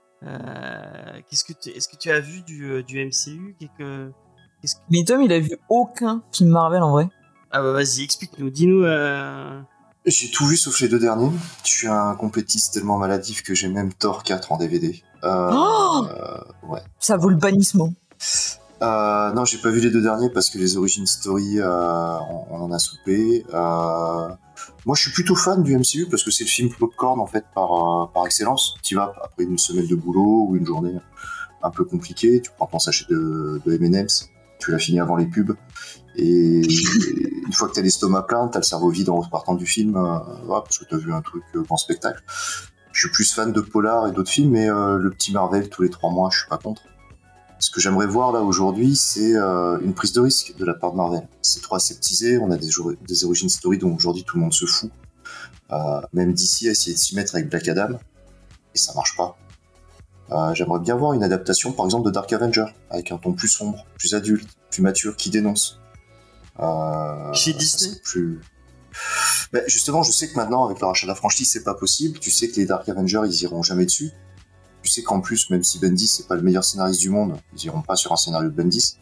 Est-ce que tu as vu du MCU Mais Tom, il a vu aucun film Marvel en vrai. Ah bah vas-y, explique-nous, dis-nous. J'ai tout vu sauf les 2 derniers. Je suis un complétiste tellement maladif que j'ai même Thor 4 en DVD. Ouais. Ça vaut le bannissement. Non, j'ai pas vu les 2 derniers parce que les origin story, on en a soupé. Moi, je suis plutôt fan du MCU parce que c'est le film popcorn en fait par excellence. Tu vas après une semaine de boulot ou une journée un peu compliquée, tu prends ton sachet de M&M's, tu l'as fini avant les pubs, et une fois que t'as l'estomac plein, t'as le cerveau vide en repartant du film, parce que t'as vu un truc grand spectacle. Je suis plus fan de polar et d'autres films, mais le petit Marvel tous les 3 mois, je suis pas contre. Ce que j'aimerais voir là aujourd'hui, c'est une prise de risque de la part de Marvel. C'est trop aseptisé, on a des origin story dont aujourd'hui tout le monde se fout. Même DC a essayé de s'y mettre avec Black Adam, et ça marche pas. J'aimerais bien voir une adaptation par exemple de Dark Avenger, avec un ton plus sombre, plus adulte, plus mature, qui dénonce. Chez Disney Ben, justement, je sais que maintenant, avec le rachat de la franchise, c'est pas possible. Tu sais que les Dark Avengers, ils iront jamais dessus. Tu sais qu'en plus, même si Bendis c'est pas le meilleur scénariste du monde, ils iront pas sur un scénario de Bendis.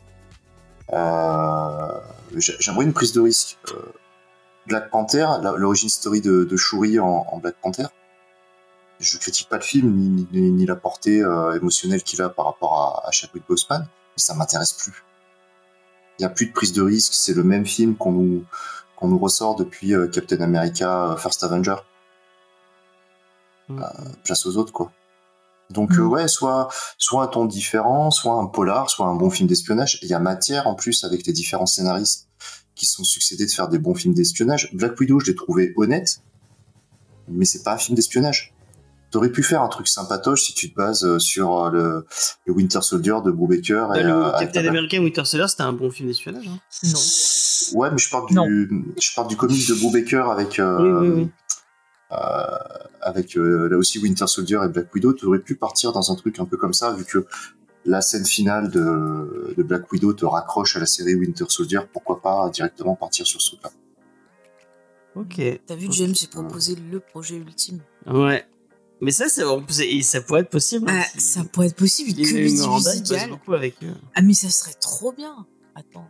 J'aimerais une prise de risque. Black Panther, l'origin story de Shuri en Black Panther. Je critique pas le film ni la portée émotionnelle qu'il a par rapport à Chadwick Boseman, mais ça m'intéresse plus. Il y a plus de prise de risque, c'est le même film qu'on nous ressort depuis Captain America First Avenger. Place aux autres, quoi. Donc ouais, soit un ton différent, soit un polar, soit un bon film d'espionnage. Il y a matière en plus avec les différents scénaristes qui sont succédés de faire des bons films d'espionnage. Black Widow, je l'ai trouvé honnête, mais c'est pas un film d'espionnage. T'aurais pu faire un truc sympatoche si tu te bases sur le Winter Soldier de Brubaker. Le Captain America Winter Soldier, c'était un bon film d'espionnage, hein. Non. Ouais, mais je parle du comic de Brubaker avec oui. Avec là aussi Winter Soldier et Black Widow. Tu aurais pu partir dans un truc un peu comme ça, vu que la scène finale de Black Widow te raccroche à la série Winter Soldier. Pourquoi pas directement partir sur ce truc-là? Ok. T'as vu, James, j'ai proposé le projet ultime. Ouais. Mais ça pourrait être possible. Ah, ça pourrait être possible, une comédie musicale. Beaucoup avec eux. Ah, mais ça serait trop bien. Attends.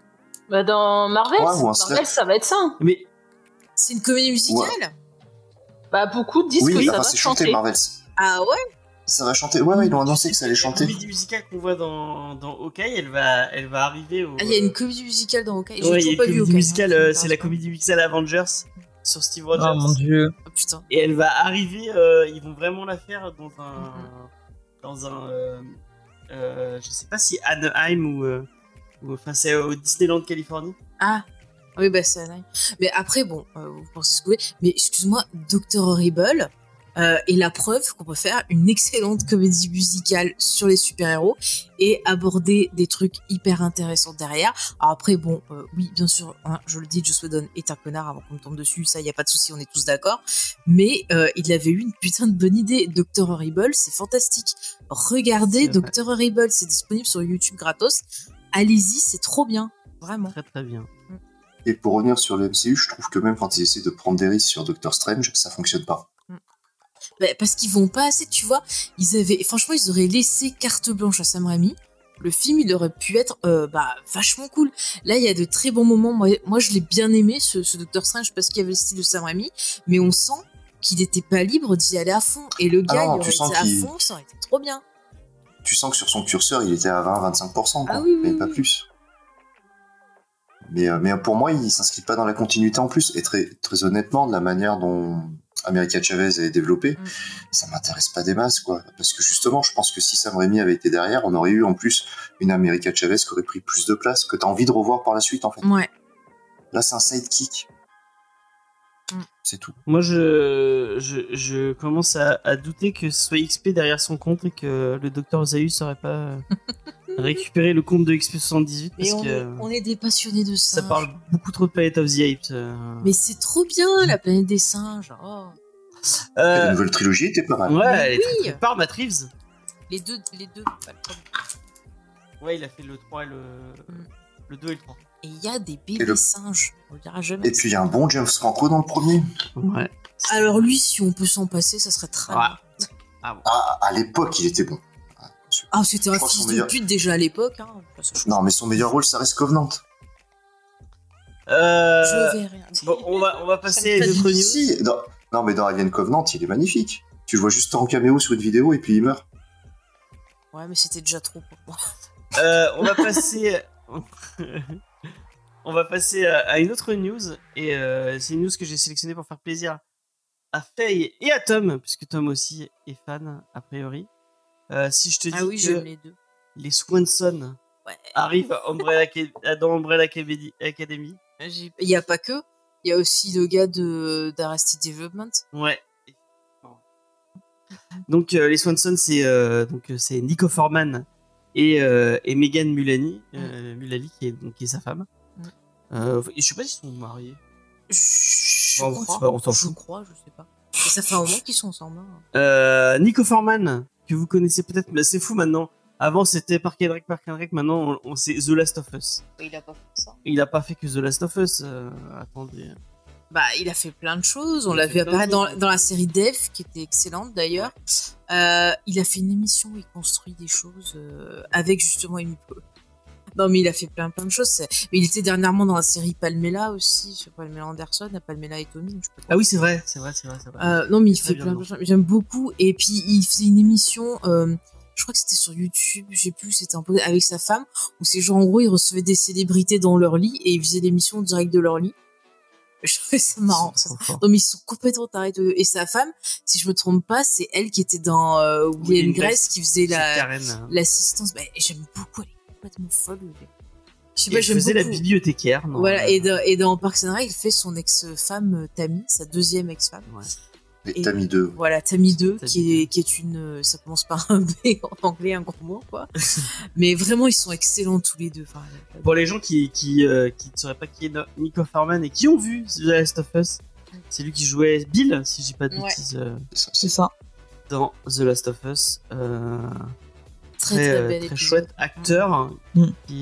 Bah, dans Marvel, Ouais, ou un Marvel, slut. ça va être ça. Hein. Mais C'est une comédie musicale. Bah, beaucoup disent que Oui, ça enfin, va c'est chanter. chanté, Marvel. Ah ouais. Ça va chanter. Ouais, ils l'ont annoncé que ça allait La chanter. comédie musicale qu'on voit dans Hawkeye, elle va arriver au. Ah, il y a une comédie musicale dans Hawkeye. J'ai Ouais, il y a toujours une pas vu comédie Hawkeye. musicale, hein, c'est la comédie musicale Avengers sur Steve Rogers. Oh mon dieu. Oh, putain. Et elle va arriver, ils vont vraiment la faire dans un, je sais pas si Anaheim ou enfin c'est au Disneyland Californie. Ah. Oui, bah c'est Anaheim. Mais après, bon, vous pensez ce que vous voulez. Mais excuse-moi, Dr. Horrible est la preuve qu'on peut faire une excellente comédie musicale sur les super-héros et aborder des trucs hyper intéressants derrière. Alors après, bon, oui, bien sûr, hein, je le dis, Joss Whedon est un connard avant qu'on me tombe dessus, ça, y a pas de souci, on est tous d'accord. Mais il avait eu une putain de bonne idée. Dr. Horrible, c'est fantastique. Regardez C'est vrai. Dr. Horrible, c'est disponible sur YouTube gratos. Allez-y, c'est trop bien. Vraiment. Très très bien. Et pour revenir sur le MCU, je trouve que même quand ils essaient de prendre des risques sur Doctor Strange, ça fonctionne pas. Bah, parce qu'ils vont pas assez, tu vois. Franchement, ils auraient laissé carte blanche à Sam Raimi. Le film, il aurait pu être vachement cool. Là, il y a de très bons moments. Moi je l'ai bien aimé, ce Doctor Strange, parce qu'il y avait le style de Sam Raimi. Mais on sent qu'il n'était pas libre d'y aller à fond. Et le gars, non, il aurait tu sens été à qu'il- fond, ça aurait été trop bien. Tu sens que sur son curseur, il était à 20-25%, quoi, Ah oui, mais oui, pas oui. plus. Mais pour moi, il s'inscrit pas dans la continuité en plus. Et très, très honnêtement, de la manière dont America Chavez est développée, ça m'intéresse pas des masses, quoi. Parce que justement, je pense que si Sam Raimi avait été derrière, on aurait eu en plus une America Chavez qui aurait pris plus de place, que t'as envie de revoir par la suite, en fait. Ouais. Là, c'est un sidekick. Mm. C'est tout. Moi, je commence à douter que ce soit XP derrière son compte et que le docteur Zaius aurait pas récupéré le compte de XP78 Mais parce que on est des passionnés de ça singes. parle beaucoup trop de Planet of the Apes. Mais c'est trop bien, la planète des singes. Oh. Et la nouvelle trilogie était pas mal. Ouais, Mais elle est oui. très, très par Matt Reeves. Les deux, pas le premier. Ouais, il a fait le 3 et le 2 et le 3. Et il y a des Et bébés le- singes. On le dira jamais. Et puis, il y a un bon James Franco dans le premier. Ouais. Alors lui, si on peut s'en passer, ça serait très Ouais. bien. Ah, à l'époque, il était bon. Ah, c'était un Je crois fils son de meilleur- pute déjà à l'époque. Hein. Non, mais son meilleur rôle, ça reste Covenant. Je vais rien dire. Bon, on va passer à Ça me une fait autre news. Si, non, mais dans Alien Covenant, il est magnifique. Tu le vois juste en caméo sur une vidéo et puis il meurt. Ouais, mais c'était déjà trop pour moi. On va passer. On va passer à une autre news et c'est une news que j'ai sélectionnée pour faire plaisir à Faye et à Tom, puisque Tom aussi est fan a priori. Si je te dis Ah oui, que j'aime les deux. les Swanson Ouais. arrivent dans Umbrella Academy, Il y a pas que. Il y a aussi le gars d'Arrested Development. ouais. Donc les Swanson c'est Nico Forman et Megan Mullally, qui est sa femme. Je sais pas s'ils sont mariés. Je Bon, c'est pas- on s'en fout. crois, je sais pas. Et ça fait un moment qu'ils sont ensemble. Hein. Nico Forman, que vous connaissez peut-être, mais c'est fou maintenant. Avant c'était Park and Rec, maintenant on sait The Last of Us. Il a pas fait ça. Il a pas fait que The Last of Us. Attendez. Bah, il a fait plein de choses. On Il a l'a fait vu plein de apparaître choses. dans la série Def, qui était excellente d'ailleurs. Il a fait une émission où il construit des choses avec justement Amy Poehler. Non, mais il a fait plein de choses. Mais il était dernièrement dans la série Palmela aussi, sur Palmela Anderson, à Palmela et Tommy. Donc je peux pas- Ah oui, c'est vrai. non, mais il Très fait bien, plein non. de choses. J'aime beaucoup. Et puis, il faisait une émission, je crois que c'était sur YouTube, je sais plus, c'était un peu avec sa femme, où c'est genre, en gros, ils recevaient des célébrités dans leur lit et ils faisaient l'émission en direct de leur lit. Je trouvais ça marrant. Ça. Non, mais ils sont complètement tarés tous les deux. Et sa femme, si je me trompe pas, c'est elle qui était dans Will and Grace, qui faisait l'assistance. Bah, j'aime beaucoup, elle est complètement folle. Je sais pas, Il j'aime faisait la beaucoup. bibliothécaire. Non, Voilà, et dans Parks and Rec, il fait son ex-femme Tammy, sa deuxième ex-femme. Ouais. Et Et- Tammy 2. Voilà, Tammy 2, Tammy qui est une... Ça commence par un B en anglais, un gros mot, quoi. Mais vraiment, ils sont excellents tous les deux. Enfin, Pour les gens qui ne sauraient pas qui est Nico Forman et qui ont vu The Last of Us, c'est lui qui jouait Bill, si je dis pas de Ouais. bêtises, C'est ça. dans The Last of Us. très bel très épisode. chouette acteur Mm.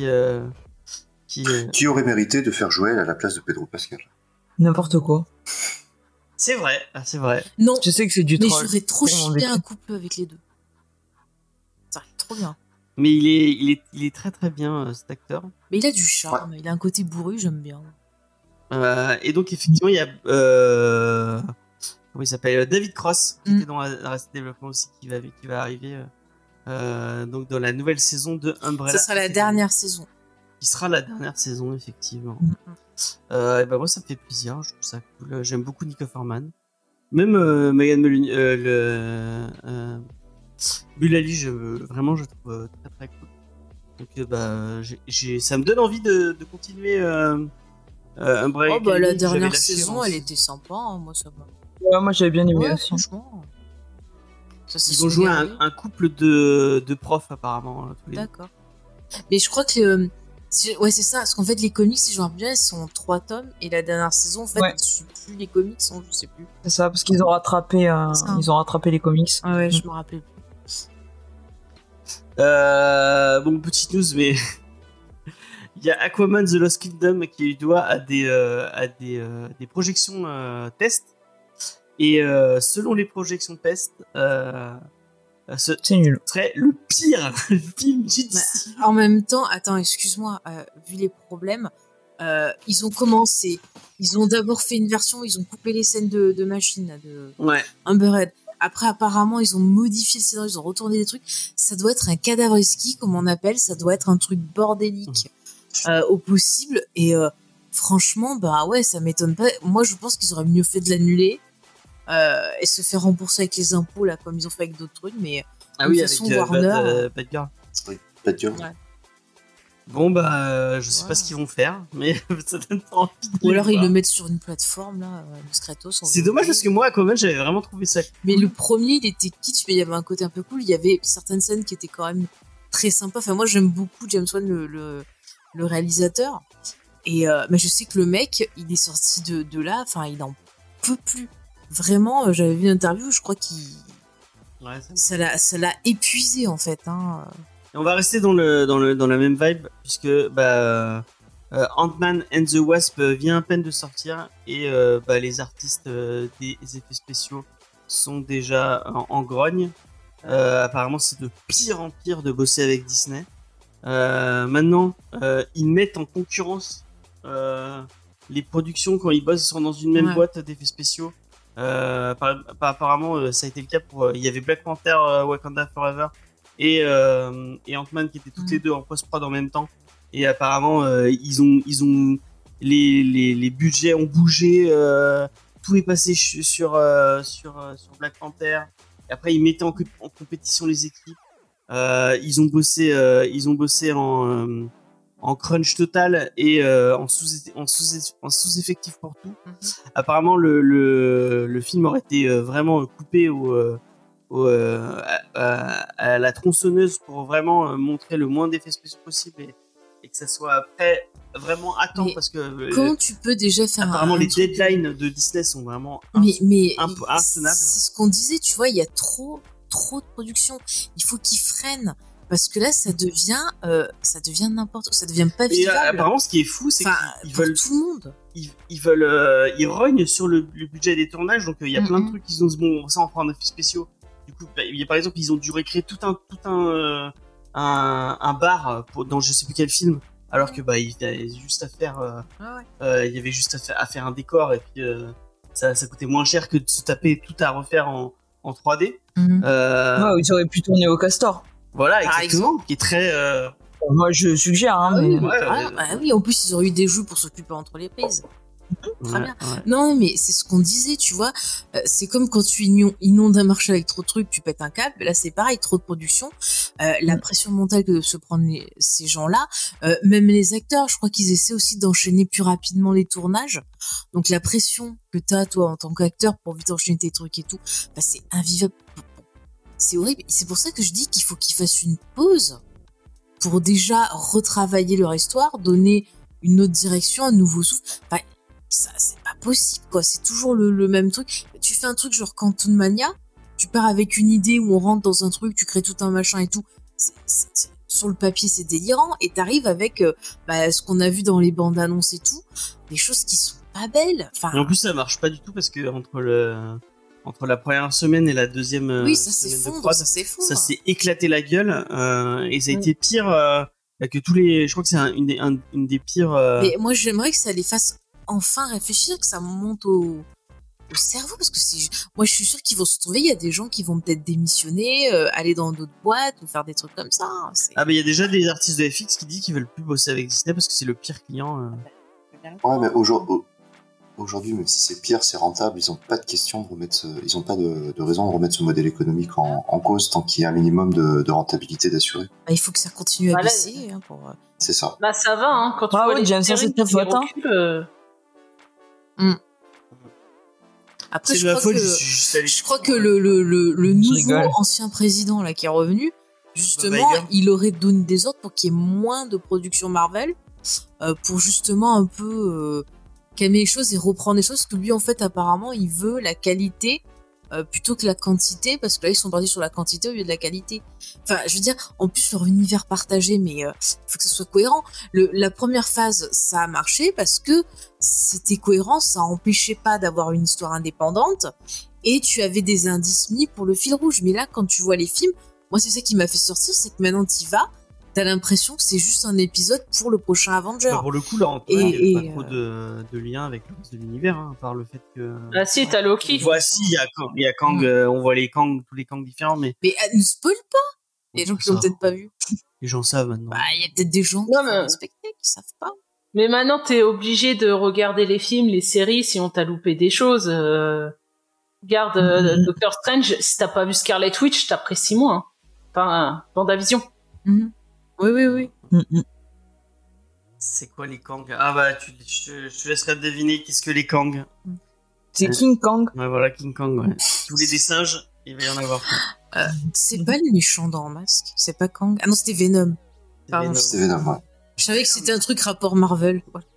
Qui aurait mérité de faire Joël à la place de Pedro Pascal. N'importe quoi. C'est vrai, c'est vrai. Non, Je sais que c'est du mais troll. j'aurais trop Pour mon chippé un décret. couple avec les deux. Ça aurait été trop bien. Mais il est très très bien cet acteur. Mais il a du charme, il a un côté bourru, j'aime bien. Et donc effectivement il y a comment il s'appelle, David Cross qui était dans Arrested Development aussi qui va arriver donc dans la nouvelle saison de Umbrella. Ça sera la dernière saison. Qui sera la dernière saison effectivement. Et bah moi ça me fait plaisir, je trouve ça cool. J'aime beaucoup Nick Offerman. Même Megan Mullally, vraiment je trouve très très cool. Donc bah ça me donne envie de continuer Umbrella. Oh bah la Academy, dernière lâché saison, en- elle était sympa, hein, moi ça va. Ouais, moi j'avais bien aimé Ouais, aussi. franchement. Ça, c'est Ils vont jouer sauvegardé. un couple de profs apparemment. Tous les deux. D'accord. Mais je crois que ouais, c'est ça, parce qu'en fait les comics, si je me rappelle bien, ils sont en 3 tomes et la dernière saison, en fait, Ouais. je sais plus les comics, je sais plus. C'est ça, parce qu'ils ont rattrapé, ils ont rattrapé les comics. Ah ouais, je me rappelle plus. Bon, petite news, mais il y a Aquaman The Lost Kingdom qui a eu droit à des projections test. Et selon les projections test, ce C'est nul. serait le pire film du Bah, DC. en même temps, attends, excuse-moi, vu les problèmes, ils ont commencé, ils ont d'abord fait une version, ils ont coupé les scènes de machine, là, de Ouais. Umberhead. Après, apparemment, ils ont modifié le scénario, ils ont retourné des trucs. Ça doit être un cadavre ski, comme on appelle, ça doit être un truc bordélique au possible. Et franchement, bah ouais, ça m'étonne pas. Moi, je pense qu'ils auraient mieux fait de l'annuler et se faire rembourser avec les impôts, là, comme ils ont fait avec d'autres trucs. Mais Ah de oui, toute avec façon, Warner, Batgirl. Oui, pas dur. Ouais. Bon, bah, je sais Ouais. pas ce qu'ils vont faire, mais ça donne pas envie de ou les alors ils voir. le mettent sur une plateforme, là, le Kratos. C'est dommage parce que moi, Aquaman, j'avais vraiment trouvé ça. Mais le premier, il était kitsch, mais il y avait un côté un peu cool. Il y avait certaines scènes qui étaient quand même très sympas. Enfin, moi, j'aime beaucoup James Wan, le réalisateur. Et mais je sais que le mec, il est sorti de là. Enfin, il en peut plus. Vraiment, j'avais vu une interview. Je crois qu'il Ouais, ça- ça l'a épuisé en fait. Hein. Et on va rester dans la même vibe puisque Ant-Man and the Wasp vient à peine de sortir et les artistes des effets spéciaux sont déjà en grogne. Apparemment, c'est de pire en pire de bosser avec Disney. Maintenant, ils mettent en concurrence les productions quand ils bossent sont dans une même Ouais. boîte d'effets spéciaux. Apparemment, ça a été le cas pour. Il y avait Black Panther, Wakanda Forever et Ant-Man qui étaient toutes les deux en post-prod en même temps. Et apparemment, ils ont les budgets ont bougé. Tout est passé sur Black Panther. Et après, ils mettaient en compétition les équipes. Ils ont bossé en crunch total et en sous-effectif pour tout. Apparemment, le film aurait été vraiment coupé à la tronçonneuse pour vraiment montrer le moins d'effets spéciaux possible et que ça soit après vraiment à temps Mais parce que Comment tu peux déjà faire apparemment un les truc- deadlines de Disney sont vraiment mais intenables. c'est ce qu'on disait, tu vois, il y a trop de production. Il faut qu'ils freinent parce que là, ça devient n'importe, ça devient pas Et vivable. apparemment, ce qui est fou, c'est Enfin, qu'ils pour veulent tout le monde. ils rognent sur le budget des tournages, donc il y a plein de trucs qu'ils ont dit bon ça on prend en effets spéciaux. Du coup, par exemple ils ont dû recréer tout un bar dans je sais plus quel film, alors que il y avait juste à faire il y avait juste à faire un décor et puis ça coûtait moins cher que de se taper tout à refaire en 3D. Ouais, ils auraient pu tourner au Castor. Voilà, Par exactement, qui est très Moi, je suggère, hein, mais... Oui, en plus, ils auraient eu des jeux pour s'occuper entre les prises. Très ouais, bien. ouais. Non, mais c'est ce qu'on disait, tu vois. C'est comme quand tu inondes un marché avec trop de trucs, tu pètes un câble. Là, c'est pareil, trop de production. La pression mentale que doivent se prendre ces gens-là. Même les acteurs, je crois qu'ils essaient aussi d'enchaîner plus rapidement les tournages. Donc, la pression que t'as, toi, en tant qu'acteur, pour vite enchaîner tes trucs et tout, c'est invivable. C'est horrible. C'est pour ça que je dis qu'il faut qu'ils fassent une pause pour déjà retravailler leur histoire, donner une autre direction, un nouveau souffle. Enfin, ça, c'est pas possible, quoi. C'est toujours le même truc. Tu fais un truc genre Quantum Mania, tu pars avec une idée où on rentre dans un truc, tu crées tout un machin et tout. Sur le papier, c'est délirant. Et t'arrives avec ce qu'on a vu dans les bandes annonces et tout, des choses qui sont pas belles. Enfin, Et en plus ça marche pas du tout parce que entre entre la première semaine et la deuxième Oui, ça semaine de s'effondre, prod. ça s'effondre. Ça s'est éclaté la gueule et ça a été pire que tous les. Je crois que c'est une des pires. Mais moi, j'aimerais que ça les fasse enfin réfléchir, que ça monte au cerveau, parce que moi, je suis sûre qu'ils vont se retrouver. Il y a des gens qui vont peut-être démissionner, aller dans d'autres boîtes ou faire des trucs comme ça. Ah, mais il y a déjà des artistes de FX qui disent qu'ils veulent plus bosser avec Disney parce que c'est le pire client. Ouais, mais aujourd'hui, même si c'est pire, c'est rentable. Ils n'ont pas de question de remettre, ils n'ont pas de raison de remettre ce modèle économique en cause tant qu'il y a un minimum de rentabilité d'assurée. Bah, il faut que ça continue à baisser. Pour... C'est ça. Bah ça va, hein, quand tu vois oui, les James, ça, séries c'est ta qui faute, hein. reculent, Après, C'est je ma crois faute, que, je suis juste allé- je crois que le nouveau rigole. ancien président là qui est revenu, justement, Bob Iger. il aurait donné des ordres pour qu'il y ait moins de production Marvel, pour justement un peu calmer les choses et reprendre les choses, parce que lui, en fait, apparemment, il veut la qualité plutôt que la quantité, parce que là, ils sont partis sur la quantité au lieu de la qualité. Enfin, je veux dire, en plus, leur univers partagé, mais il faut que ce soit cohérent. La première phase, ça a marché parce que c'était cohérent, ça empêchait pas d'avoir une histoire indépendante, et tu avais des indices mis pour le fil rouge. Mais là, quand tu vois les films, moi, c'est ça qui m'a fait sortir, c'est que maintenant, t'y vas, t'as l'impression que c'est juste un épisode pour le prochain Avenger. Bah, pour le coup, là, en Et- il n'y a et, pas trop de lien avec le reste de l'univers, hein, à part le fait que. Ah si, t'as Loki. Voici, il y a Kang, on voit les Kang, tous les Kang différents, mais Mais ne spoil pas. Il y a des gens qui l'ont Ça, peut-être pas vu. les gens savent maintenant. Bah, il y a peut-être des gens qui Non, vont mais- respecter, qui savent pas. Mais maintenant, t'es obligé de regarder les films, les séries, si on t'a loupé des choses. Regarde Doctor Strange, si t'as pas vu Scarlet Witch, t'as pris 6 mois. Hein. Enfin, WandaVision. Oui, oui, oui. C'est quoi les Kang? Ah bah, je te laisserai deviner qu'est-ce que les Kang. C'est King Kong. Ouais, voilà, King Kong, ouais. Tous les des singes, il va y en avoir. C'est pas le méchant dans Masque, c'est pas Kang. Ah non, c'était Venom. Pardon. Venom. C'était Venom, ouais. Je savais que c'était un truc rapport Marvel. Voilà.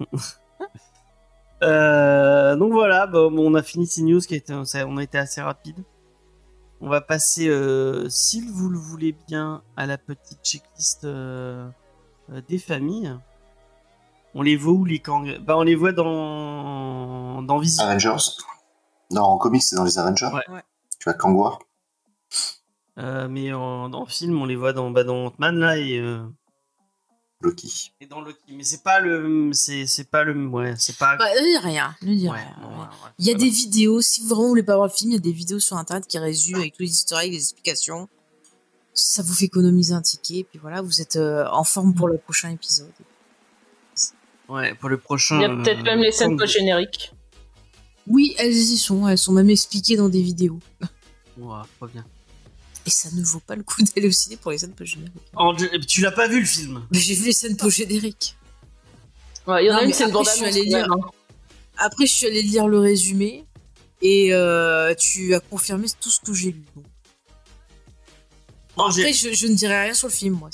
Donc voilà, bah, on a fini ces news on a été assez rapide. On va passer, si vous le voulez bien, à la petite checklist des familles. On les voit où les Kang? Bah on les voit dans Vision. Avengers. Non, en comics, c'est dans les Avengers. Ouais. Tu vois Kang War. Mais en film, on les voit dans Ant-Man là et Loki. dans Loki. Mais c'est pas le, ouais, c'est pas. Bah, ne dis rien, ne dis Ouais, rien. non, Ouais. ouais, Il y a voilà. des vidéos, si vous vraiment voulez pas voir le film, il y a des vidéos sur internet qui résument avec tous les historiques, les explications. Ça vous fait économiser un ticket, et puis voilà, vous êtes en forme pour le prochain épisode. Ouais, pour le prochain. Il y a peut-être même les scènes Kang. post-génériques. Oui, elles sont même expliquées dans des vidéos. Ouais, pas bien. Et ça ne vaut pas le coup d'aller au ciné pour les scènes post-génériques. Tu l'as pas vu le film? Mais j'ai vu les scènes post-génériques. Ouais, il y en Non, a une, mais c'est une après, bande je suis annonce. allée lire. quand même, hein. Après, je suis allée lire le résumé, et tu as confirmé tout ce que j'ai lu. Donc. Angèle, Après, je ne dirai rien sur le film, moi.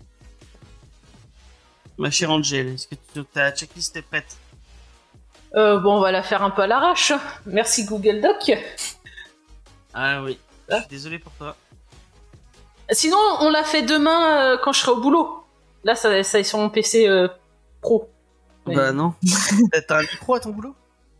ma chère Angèle, est-ce que ta checklist est prête? Bon, on va la faire un peu à l'arrache. Merci Google Doc. Ah oui. Je suis désolé pour toi. Sinon, on l'a fait demain quand je serai au boulot. Là, ça est sur mon PC pro. Ouais. Bah non. T'as un micro à ton boulot?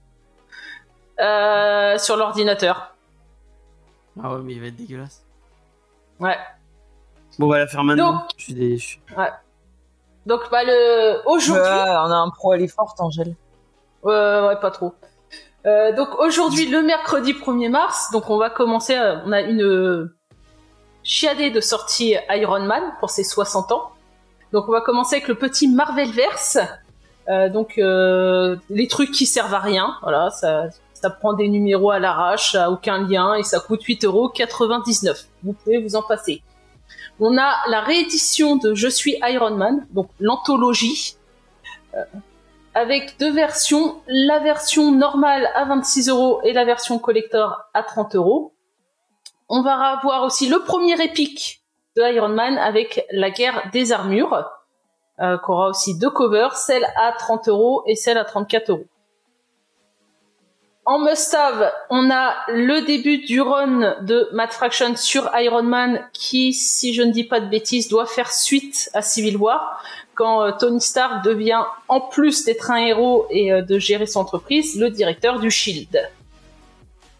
Sur l'ordinateur. Ah ouais, mais il va être dégueulasse. Ouais. Bon, on va la faire maintenant. Donc- Je suis Donc, bah, aujourd'hui. On a un pro, elle est forte, Angèle. Ouais, pas trop. Donc aujourd'hui, le mercredi 1er mars, donc on va commencer, on a une chiadée de sortie Iron Man pour ses 60 ans. Donc on va commencer avec le petit Marvelverse. Donc les trucs qui servent à rien, voilà, ça prend des numéros à l'arrache, ça a aucun lien et ça coûte 8,99€. Vous pouvez vous en passer. On a la réédition de Je suis Iron Man, donc l'anthologie. Avec 2 versions, la version normale à 26€ et la version collector à 30€. On va avoir aussi le premier épique de Iron Man avec la guerre des armures, qui aura aussi 2 covers, celle à 30€ et celle à 34€. En must-have, on a le début du run de Matt Fraction sur Iron Man qui, si je ne dis pas de bêtises, doit faire suite à Civil War, quand Tony Stark devient, en plus d'être un héros et de gérer son entreprise, le directeur du SHIELD.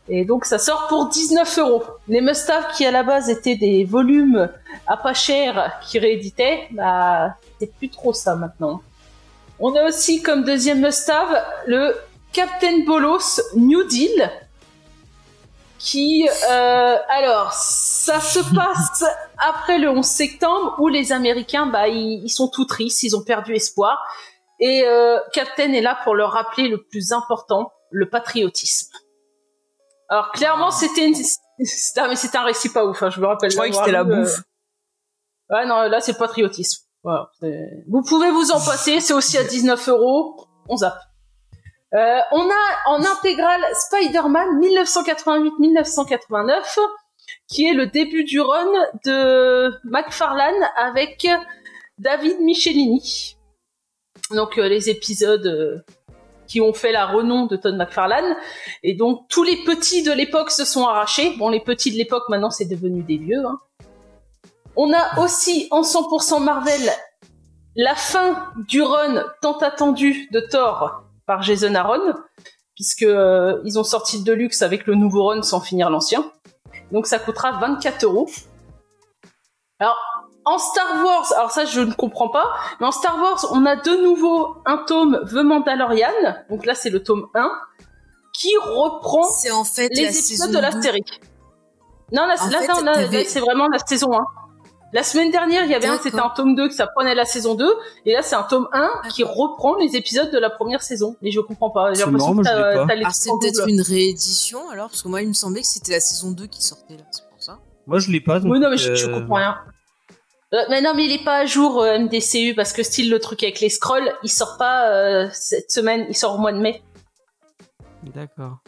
Et donc ça sort pour 19€. Les must-have qui à la base étaient des volumes à pas cher qui rééditaient, bah c'est plus trop ça maintenant. On a aussi comme deuxième must-have le Captain Bolos New Deal, qui alors ça se passe après le 11 septembre où les Américains bah ils sont tout tristes, ils ont perdu espoir et Captain est là pour leur rappeler le plus important, le patriotisme. Alors clairement c'était un récit pas ouf, hein, je me rappelle. Je croyais que c'était la bouffe. Ouais non, là c'est patriotisme. Voilà, vous pouvez vous en passer, c'est aussi à 19€, on zappe. On a en intégrale Spider-Man 1988-1989, qui est le début du run de McFarlane avec David Michelini. Donc les épisodes qui ont fait la renom de Todd McFarlane. Et donc tous les petits de l'époque se sont arrachés. Bon, les petits de l'époque maintenant c'est devenu des vieux. Hein. On a aussi en 100% Marvel la fin du run tant attendu de Thor par Jason Aaron, puisque ils ont sorti le Deluxe avec le nouveau run sans finir l'ancien. Donc ça coûtera 24€. Alors, en Star Wars, alors ça je ne comprends pas, mais en Star Wars, on a de nouveau un tome The Mandalorian, donc là c'est le tome 1, qui reprend C'est en fait les la épisodes saison de la 12. série. Non, là c'est vraiment la saison 1. La semaine dernière, il y avait c'était un tome 2 qui ça prenait la saison 2, et là c'est un tome 1 qui reprend les épisodes de la première saison. Mais je comprends pas. J'ai l'impression que t'as les Alors c'est peut-être une réédition alors, parce que moi il me semblait que c'était la saison 2 qui sortait là, c'est pour ça. Moi, je l'ai pas. Donc, oui, non, mais je comprends rien. Mais non, mais il est pas à jour MDCU, parce que style le truc avec les scrolls, il sort pas cette semaine, il sort au mois de mai. D'accord.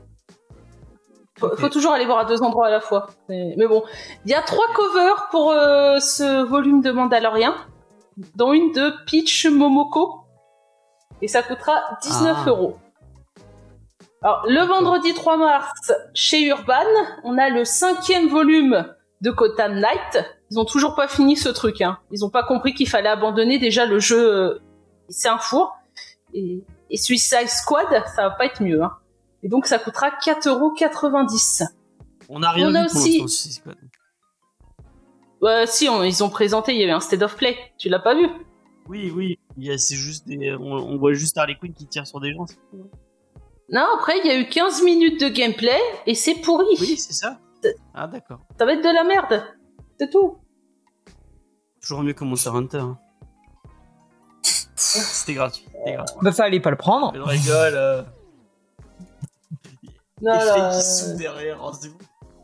Faut toujours aller voir à deux endroits à la fois. Mais bon, il y a 3 covers pour ce volume de Mandalorian, dont une de Peach Momoko, et ça coûtera 19€. Alors, le vendredi 3 mars, chez Urban, on a le 5e volume de Gotham Knight. Ils ont toujours pas fini ce truc, hein. Ils ont pas compris qu'il fallait abandonner déjà le jeu. C'est un four. Et Suicide Squad, ça va pas être mieux, hein. Et donc, ça coûtera 4,90€. On a rien vu pour aussi... l'instant, Suicide Squad. Si, ils ont présenté, il y avait un State of Play. Tu l'as pas vu? Oui. C'est juste on voit juste Harley Quinn qui tire sur des gens. Non, après, il y a eu 15 minutes de gameplay et c'est pourri. Oui, c'est ça. Ah, d'accord. Ça va être de la merde. C'est tout. Toujours mieux que Monster Hunter. Hein. C'était gratuit. Bah, fallait pas le prendre. Je rigole. Non, les faits qui se sont derrière, oh, c'est bon.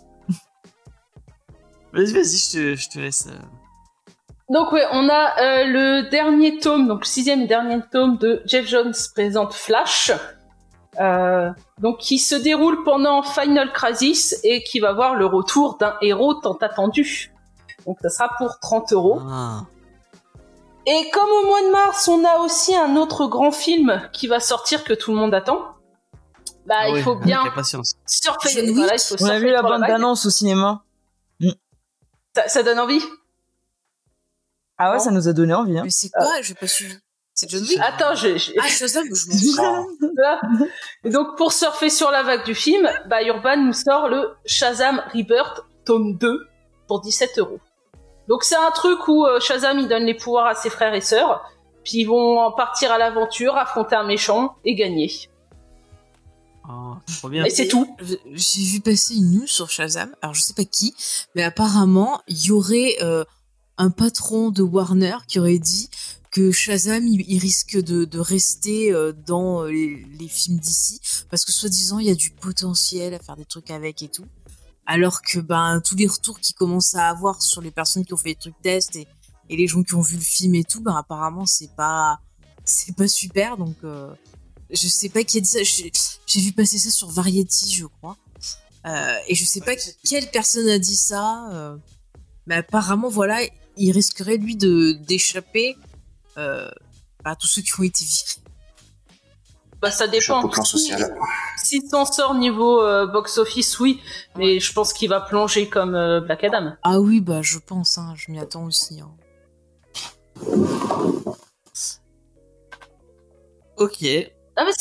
Vas-y, je te laisse. Donc ouais, on a le dernier tome, donc le 6e et dernier tome de Jeff Jones présente Flash, donc qui se déroule pendant Final Crisis et qui va voir le retour d'un héros tant attendu. Donc ça sera pour 30€. Ah. Et comme au mois de mars, on a aussi un autre grand film qui va sortir que tout le monde attend. Bah, il faut bien surfer. Voilà, on a vu la bande-annonce au cinéma. Ça donne envie? Ah ouais, ça nous a donné envie. Hein. Mais c'est quoi? J'ai pas suivi. C'est John Wick? Attends, Ah, Shazam, je m'en Et donc, pour surfer sur la vague du film, bah, Urban nous sort le Shazam Rebirth, tome 2, pour 17€. Donc, c'est un truc où Shazam, il donne les pouvoirs à ses frères et sœurs, puis ils vont partir à l'aventure, affronter un méchant et gagner. Oh, trop bien. Et c'est tout. J'ai vu passer une news sur Shazam, alors je sais pas qui, mais apparemment, il y aurait un patron de Warner qui aurait dit que Shazam, il risque de rester dans les films d'ici, parce que soi-disant, il y a du potentiel à faire des trucs avec et tout. Alors que tous les retours qu'ils commencent à avoir sur les personnes qui ont fait des trucs tests et les gens qui ont vu le film et tout, apparemment, c'est pas super, donc... Je sais pas qui a dit ça. J'ai vu passer ça sur Variety, je crois. Et je sais pas quelle personne a dit ça. Mais apparemment, voilà, il risquerait, lui, d'échapper à tous ceux qui ont été virés. Bah, ça dépend. S'il s'en sort niveau box-office, oui. Mais je pense qu'il va plonger comme Black Adam. Ah oui, je pense. Hein, je m'y attends aussi. Hein. Ok. Ah mais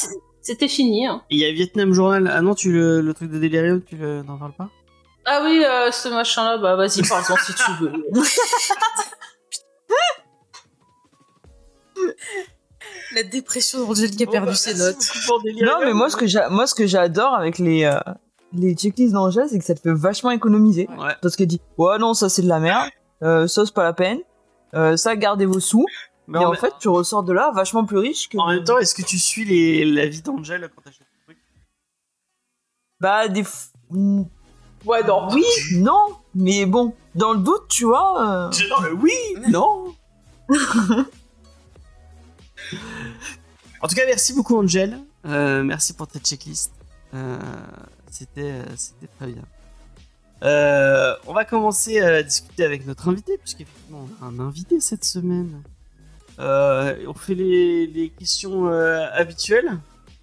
c'était fini. Hein. Et il y a Vietnam Journal. Ah non, le truc de Delirium, n'en parles pas? Ah oui, ce machin-là, bah vas-y, parle-en si tu veux. La dépression d'Angèle qui a perdu ses notes. Non, mais moi, ce que j'adore avec les checklists d'Angèle, c'est que ça te fait vachement économiser. Ouais. Parce qu'elle dit, ouais, non, ça c'est de la merde, ça c'est pas la peine, ça gardez vos sous. Mais Et en fait, tu ressors de là vachement plus riche que. En même temps, est-ce que tu suis la vie d'Angèle quand t'achètes des trucs? Bah, Ouais, non. oui, non, mais bon, dans le doute, tu vois. Oui, non. En tout cas, merci beaucoup, Angèle. Merci pour ta checklist. C'était très bien. On va commencer à discuter avec notre invité, puisqu'effectivement, on a un invité cette semaine. On fait les questions habituelles.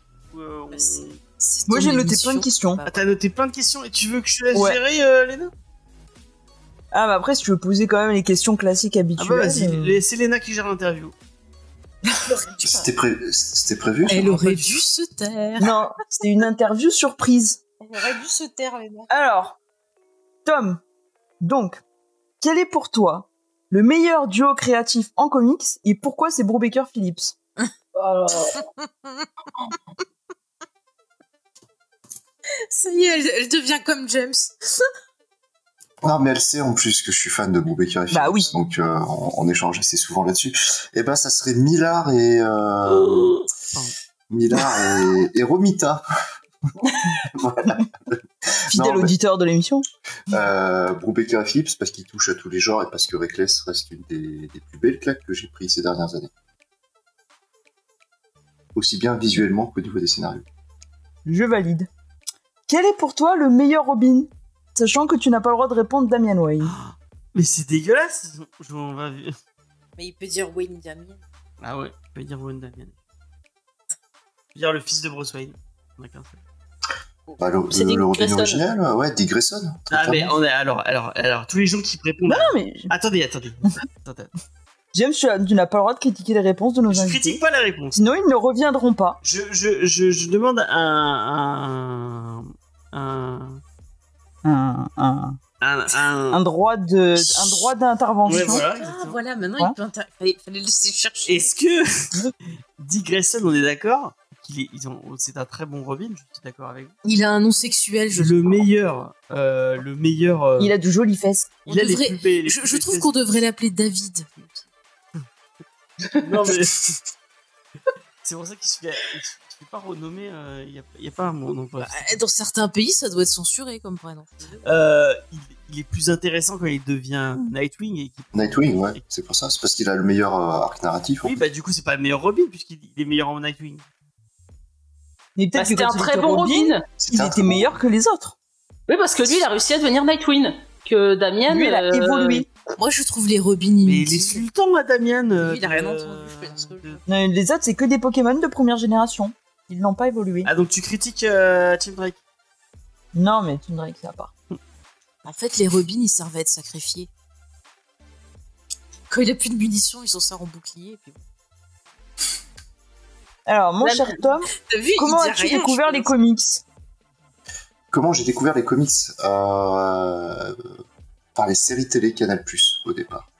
Moi, j'ai noté plein de questions. Ah, t'as noté plein de questions et tu veux que je te laisse gérer, Léna? Ah, bah après, si tu veux poser quand même les questions classiques habituelles. Ah bah vas-y, c'est Léna qui gère l'interview. C'était prévu ça? Elle aurait dû se taire. Non, c'était une interview surprise. Elle aurait dû se taire, Léna. Alors, Tom, donc, quel est pour toi le meilleur duo créatif en comics et pourquoi c'est Brubaker Phillips? Ça y est, elle devient comme James. Non, mais elle sait en plus que je suis fan de Brubaker et Phillips, Bah oui. donc on échange assez souvent là-dessus. Et ben, ça serait Millard et Romita. Voilà. Fidèle auditeur de l'émission. Brubaker et Phillips parce qu'il touche à tous les genres et parce que Reckless reste une des plus belles claques que j'ai prises ces dernières années. Aussi bien visuellement qu'au niveau des scénarios. Je valide. Quel est pour toi le meilleur Robin? Sachant que tu n'as pas le droit de répondre Damian Wayne. Mais c'est dégueulasse. Mais il peut dire Wayne Damian. Ah ouais, il peut dire Wayne Damian. Il peut dire le fils de Bruce Wayne. On a qu'un seul. Bah, le Robin original, ouais, Dick Grayson. Ah mais on est alors tous les gens qui répondent. Non mais Attendez. James, tu n'as pas le droit de critiquer les réponses de nos Je invités. critique pas la réponse. Sinon, ils ne reviendront pas. Je demande Un droit d'intervention. Ouais, voilà, Ah, exactement. voilà, maintenant Ouais. il peut fallait laisser chercher. Est-ce que Dick Grayson, on est d'accord c'est un très bon Robin, je suis d'accord avec vous. Il a un nom sexuel, Le meilleur. Il a de jolies fesses. Il a les devrait- plus belles. les Je plus trouve belles qu'on devrait l'appeler David. Non mais c'est pour ça qu'il se fait pas renommer. Il y a pas un mot non pas. Dans certains pays, ça doit être censuré comme prénom. Il est plus intéressant quand il devient Nightwing et Nightwing, ouais, c'est pour ça. C'est parce qu'il a le meilleur arc narratif. oui, bah du coup c'est pas le meilleur Robin puisqu'il est meilleur en Nightwing. Mais peut-être que C'était quand un il très était bon Robin. il était meilleur que les autres. Oui, parce que lui, il a réussi à devenir Nightwing. Que Damian. Lui, il a évolué. Moi, je trouve les Robins Mais inutiles. les sultans à Damian. Lui, il a rien entendu, je peux dire ce que je veux. Les autres, c'est que des Pokémon de première génération. Ils n'ont pas évolué. Ah donc tu critiques Tim Drake. Non, mais Tim Drake, c'est à part. En fait, les Robins, ils servent à être sacrifiés. Quand il a plus de munitions, il s'en sert en bouclier. Et puis... Alors, mon La- cher Tom, T'as vu, comment il dit as-tu rien, découvert je les pense. comics? Comment j'ai découvert les comics par les séries télé Canal+, au départ.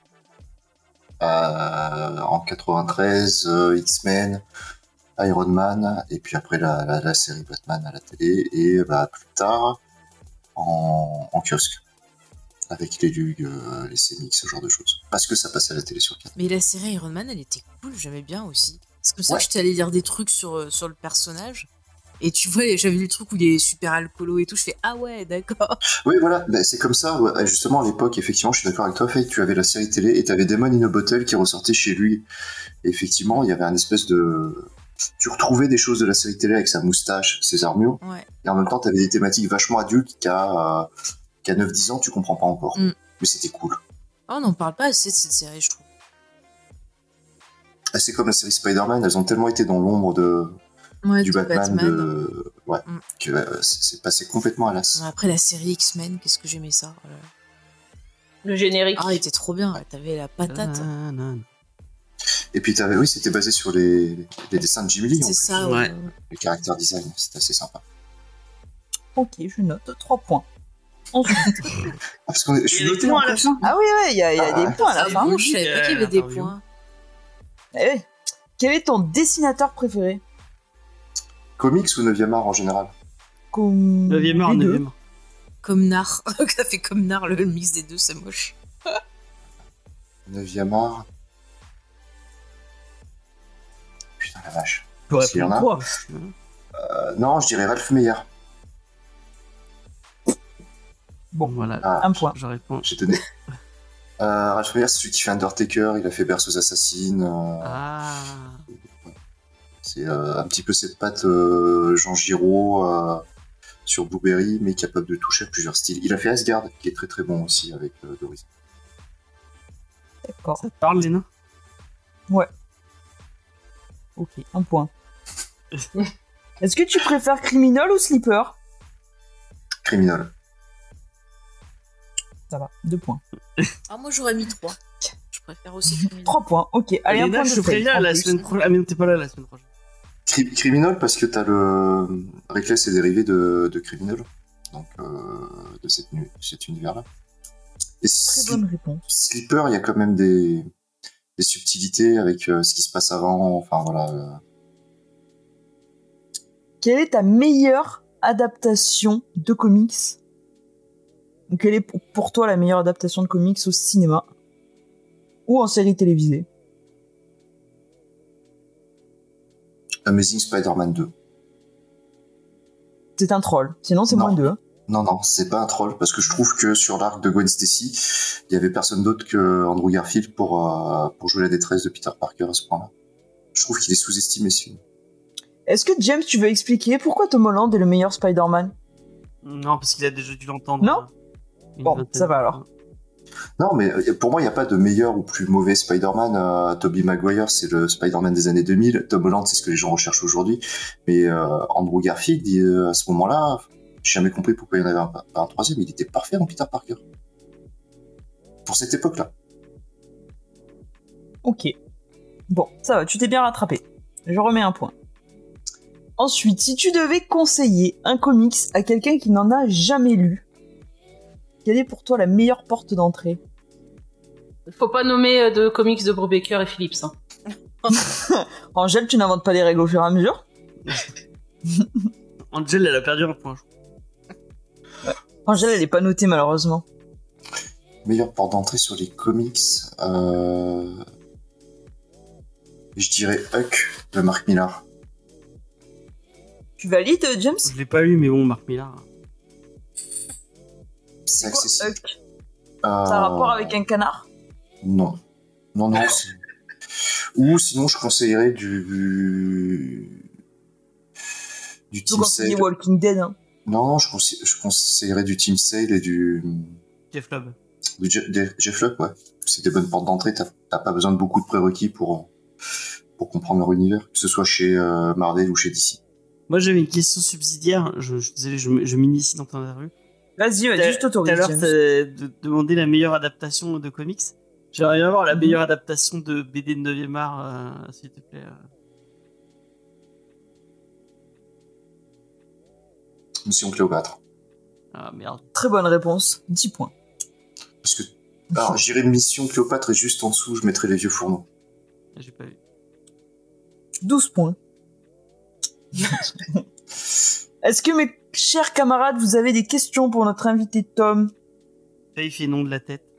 En 93, X-Men, Iron Man, et puis après la série Batman à la télé, et plus tard en kiosque, avec les Lug, les CMX, ce genre de choses. Parce que ça passait à la télé sur Canal. Mais la série Iron Man, elle était cool, j'aimais bien aussi. C'est comme ça Ouais. que j'étais allée lire des trucs sur le personnage. Et tu vois, j'avais lu le truc où il est super alcoolo et tout. Je fais ah ouais, d'accord. Oui, voilà, c'est comme ça. Ouais. Justement, à l'époque, effectivement, je suis d'accord avec toi, Faye, tu avais la série télé et tu avais Damon in a Bottle qui ressortait chez lui. Et effectivement, il y avait un espèce de... Tu retrouvais des choses de la série télé avec sa moustache, ses armures, Ouais. et en même temps, tu avais des thématiques vachement adultes qu'à 9-10 ans, tu comprends pas encore. Mm. Mais c'était cool. Oh, on n'en parle pas assez de cette série, je trouve. C'est comme la série Spider-Man, elles ont tellement été dans l'ombre Ouais, du de Batman, Ouais, Mm. que c'est passé complètement à l'as. Après la série X-Men, qu'est-ce que j'aimais ça. Le générique. Ah, il était trop bien. T'avais la patate. Et puis oui, c'était basé sur les dessins de Jim Lee. C'est ça, Ouais. Le caractère design, c'était assez sympa. Ok, je note 3 points. Ensuite. Parce que je suis Il y a des noté points en à la plus. fin. Ah oui, ouais, il y a des points à la Ah fin. bon, je savais pas qu'il y avait des Interview. points. Eh, quel est ton dessinateur préféré? Comics ou 9e art en général? Comme 9e art, les deux. 9e art. Comme Nar. Ça fait comme Nar, le mix des deux, c'est moche. 9e art. Putain la vache. Tu pourrais Parce qu'il y en prendre a. 3. Non, je dirais Ralph Meyer. Bon, Voilà. Ah, un point. Je réponds. j'ai donné. Ralph Meyer, c'est celui qui fait Undertaker, il a fait Berceuse Assassine. Ah. C'est un petit peu cette patte Jean Giraud sur Blueberry, mais capable de toucher à plusieurs styles. Il a fait Asgard, qui est très très bon aussi avec Doris. D'accord. Ça te parle, Léna? Ok, un point. Est-ce que tu préfères Criminal ou Sleeper? Criminal. Ça va, 2 points. Ah, moi j'aurais mis 3. Je préfère aussi Criminal. 3 points, ok. Allez, un Léna, point de je te Faye, préviens en la plus. semaine prochaine. Ah, mais non, t'es pas là la semaine prochaine. Criminal, parce que t'as le Reckless est dérivé de Criminal, donc de cet univers-là. Et Très bonne réponse. Sleeper, il y a quand même des subtilités avec ce qui se passe avant, enfin voilà. Quelle est ta meilleure adaptation de comics? Ou quelle est pour toi la meilleure adaptation de comics au cinéma? Ou en série télévisée? Amazing Spider-Man 2. C'est un troll. Sinon, c'est Non. moins 2. Non, c'est pas un troll, parce que je trouve que sur l'arc de Gwen Stacy, il y avait personne d'autre que Andrew Garfield pour jouer la détresse de Peter Parker à ce point-là. Je trouve qu'il est sous-estimé, ce film. Est-ce que James, tu veux expliquer pourquoi Tom Holland est le meilleur Spider-Man? Non, parce qu'il a déjà dû l'entendre. Non une Bon, vingtaine ça va de alors. fois. Non, mais pour moi, il n'y a pas de meilleur ou plus mauvais Spider-Man. Tobey Maguire, c'est le Spider-Man des années 2000. Tom Holland, c'est ce que les gens recherchent aujourd'hui. Mais Andrew Garfield, à ce moment-là, j'ai jamais compris pourquoi il y en avait pas un troisième. Il était parfait dans Peter Parker. Pour cette époque-là. Ok. Bon, ça va, tu t'es bien rattrapé. Je remets un point. Ensuite, si tu devais conseiller un comics à quelqu'un qui n'en a jamais lu, quelle est pour toi la meilleure porte d'entrée? Faut pas nommer de comics de Brubaker et Phillips. Hein. Angèle, tu n'inventes pas les règles au fur et à mesure? Angel, elle a perdu un point. Angèle, elle est pas notée malheureusement. Meilleure porte d'entrée sur les comics. Je dirais Huck de Mark Millar. Tu valides, James? Je l'ai pas lu, mais bon, Marc Millar. C'est quoi, accessible. Huck? Ça a un rapport avec un canard? Non. C'est... Ou sinon, je conseillerais du Tu Team conseiller Sale. Walking Dead, hein. Non, je conseillerais du Team Sale et du Jeff Lubb. Jeff Lubb, ouais. C'est des bonnes portes d'entrée. T'as pas besoin de beaucoup de prérequis pour comprendre leur univers, que ce soit chez Marvel ou chez DC. Moi, j'avais une question subsidiaire. Je suis désolé, je m'initie dans ton interview. Vas-y, Tout je t'autorise, à l'heure, James. t'as demandé la meilleure adaptation de comics. J'aimerais bien voir la meilleure adaptation de BD de 9e art, s'il te plaît. Mission Cléopâtre. Ah merde. Très bonne réponse, 10 points. Parce que alors, j'irais Mission Cléopâtre et juste en dessous, je mettrais Les Vieux Fourneaux. J'ai pas vu. 12 points. Est-ce que mes chers camarades, vous avez des questions pour notre invité Tom? Il fait non de la tête.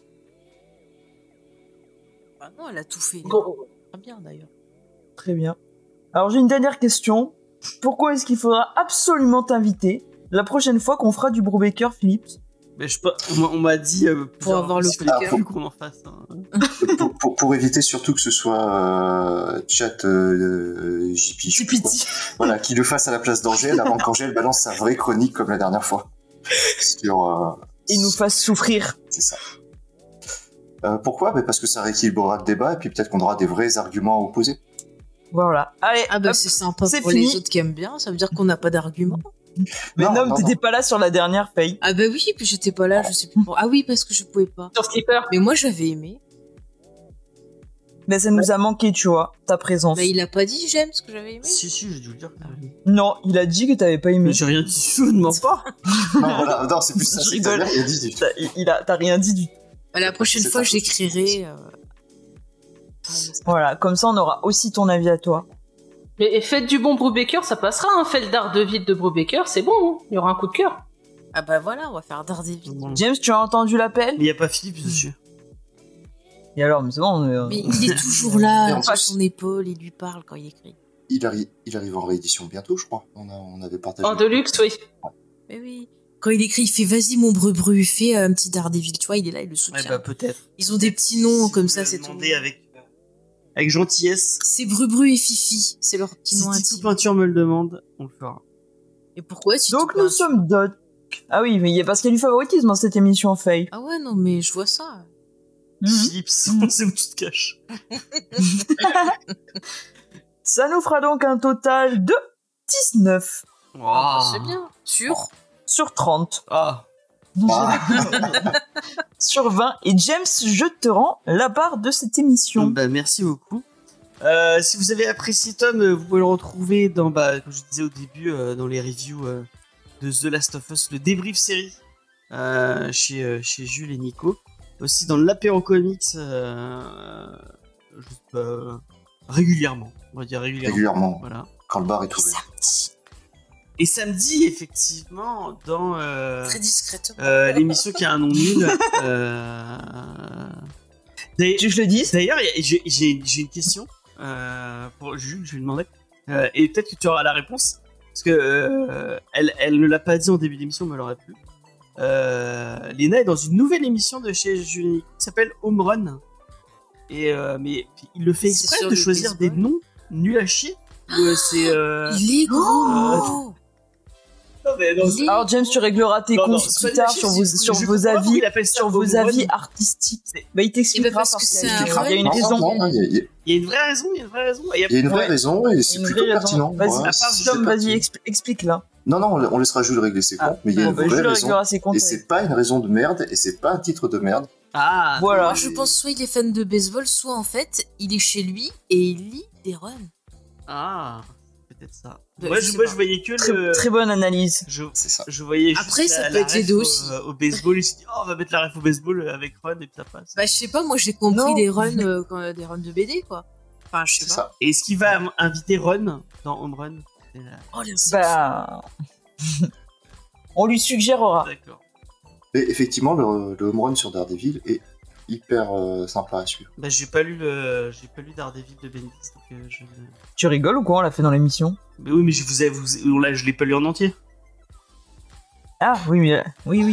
Ah non, elle a tout fait. Bon, Très bien d'ailleurs. Très bien. Alors j'ai une dernière question. Pourquoi est-ce qu'il faudra absolument t'inviter la prochaine fois qu'on fera du Brubaker, Philippe? Mais on m'a dit Pour avoir le qu'il coup de fallait cœur. plus qu'on en fasse. Hein. pour éviter surtout que ce soit chat JP, je sais plus quoi. Voilà, qu'il le fasse à la place d'Angèle avant qu'Angèle balance sa vraie chronique comme la dernière fois. Et nous fasse souffrir. C'est ça. Pourquoi? Parce que ça rééquilibrera le débat et puis peut-être qu'on aura des vrais arguments à opposer. Voilà. Allez, Ah bah hop. c'est sympa c'est pour fini. les autres qui aiment bien, ça veut dire qu'on n'a pas d'argument. Mais non, non, t'étais non. pas là sur la dernière paye. Ah bah oui, puis j'étais pas là, je sais plus pourquoi. Ah oui, parce que je pouvais pas. sur Skipper. Mais moi j'avais aimé. Mais ça nous a manqué, tu vois, ta présence. Bah, il a pas dit j'aime ce que j'avais aimé. Si, j'ai dû le dire. Non, il a dit que t'avais pas aimé. Mais j'ai rien dit du tout, ne mens pas. Non, voilà, non, c'est plus ça. Je C'est rigole. Xavier qui a dit. T'as rien dit du tout. Bah, la prochaine C'est fois, ça. j'écrirai. Voilà, comme ça on aura aussi ton avis à toi. Et faites du bon Brubaker, ça passera, hein. Faites le Daredevil de Brubaker, c'est bon, hein. Il y aura un coup de cœur. Ah bah voilà, on va faire Daredevil. James, tu as entendu l'appel? Mais y a pas Philippe dessus. Et alors, mais c'est bon. Mais il est toujours Et là, en sur plus- son épaule, il lui parle quand il écrit. Il arrive en réédition bientôt, je crois. On avait partagé. En Deluxe, oui. Mais oui. Quand il écrit, il fait vas-y mon bru, fais un petit Daredevil, tu vois, il est là, il le Ouais, soutient. bah peut-être. Ils ont des petits noms Si comme vous ça, me c'est tout. demandez avec gentillesse. C'est Bru et Fifi, c'est leur petit Si nom Tito intime. Peinture me le demande, on le fera. Et pourquoi si Donc tu nous penses- sommes Doc. Ah oui, mais parce qu'il y a du favoritisme dans cette émission, Faye. Ah ouais, non, mais je vois ça. Philippe, on sait où tu te caches. Ça nous fera donc un total de 19 Ah, c'est bien. sur 30. Ah. Sur 20. Et James, je te rends la barre de cette émission. Bah, merci beaucoup. Si vous avez apprécié Tom, vous pouvez le retrouver dans, comme je disais au début, dans les reviews de The Last of Us, le débrief série chez Jules et Nico. Aussi dans l'apéro comics, régulièrement, on va dire régulièrement. Voilà. Quand le bar est ouvert. Samedi. Et samedi, effectivement, dans Très discrètement. l'émission qui a un nom nul. Tu veux que je le dise? D'ailleurs, j'ai une question pour Jules, je lui demandais. Et peut-être que tu auras la réponse. Parce que elle ne l'a pas dit en début d'émission, mais elle aurait pu. Léna est dans une nouvelle émission de chez Jules qui s'appelle Home Run. Et, mais il le fait C'est exprès sur de le choisir des baseball. noms nuls à chier. Ou c'est. Il est gros. Non, mais non, Il est- Alors James, tu régleras tes Non, non, comptes c'est pas plus tard nul à sur chier, vos, c'est- sur je vos comprends pas pourquoi avis, il appelle ça sur Home vos Run. avis artistiques. Bah, il t'expliquera parce que parce c'est qu'il y un a une run. raison. Non, il Il y a une vraie raison, il y a une vraie raison. y a une vraie Ouais. raison et Il y c'est a une plutôt vraie raison. pertinent. Vas-y, Ouais, à part c'est Tom, vas-y, pertinent. explique là. Non, on laissera Jules régler ses comptes, mais il y a Bon, une bah, vraie Jules raison. réglera ses comptes. Et c'est pas une raison de merde, et c'est pas un titre de merde. Ah, Voilà. Moi, je pense soit il est fan de baseball, soit en fait, il est chez lui et il lit des runs. Ah, peut-être ça. Bah, Moi, je je sais pas. voyais que Très, le. très bonne analyse. C'est ça. Je voyais juste Après, ça la peut être les ref deux aussi. Au baseball, il s'est dit, oh, on va mettre la ref au baseball avec Ron et puis ça passe. Bah, je sais pas, moi j'ai compris Non. des runs de BD, quoi. Enfin, je sais C'est pas. ça. Et est-ce qu'il va inviter Ron dans Home Run Oh, les Bah, on lui suggérera. D'accord. Et effectivement, le home run sur Daredevil est hyper sympa à suivre. Bah, j'ai pas lu Daredevil de Bendis, donc je. Tu rigoles ou quoi? On l'a fait dans l'émission. Mais oui, mais je l'ai pas lu en entier. Ah oui, mais oui.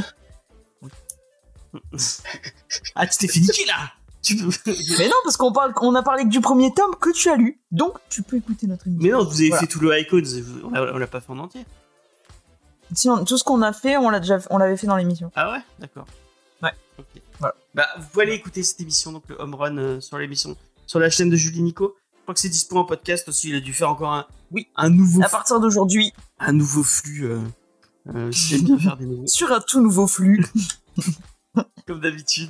Ah, tu t'es fait niquer là. Tu peux. Mais non, parce qu'on a parlé que du premier tome que tu as lu. Donc, tu peux écouter notre émission. Mais non, vous avez Voilà. fait tout le Icons, on l'a pas fait en entier. Sinon, tout ce qu'on a fait, on l'avait fait dans l'émission. Ah ouais, d'accord. Ouais. Ok. Voilà. Bah, vous pouvez aller écouter cette émission, donc le Home Run sur l'émission, sur la chaîne de Julie Nico. Je crois que c'est dispo en podcast aussi. Il a dû faire encore un nouveau, À partir d'aujourd'hui, un nouveau flux. J'aime bien faire des nouveaux, sur un tout nouveau flux. comme d'habitude.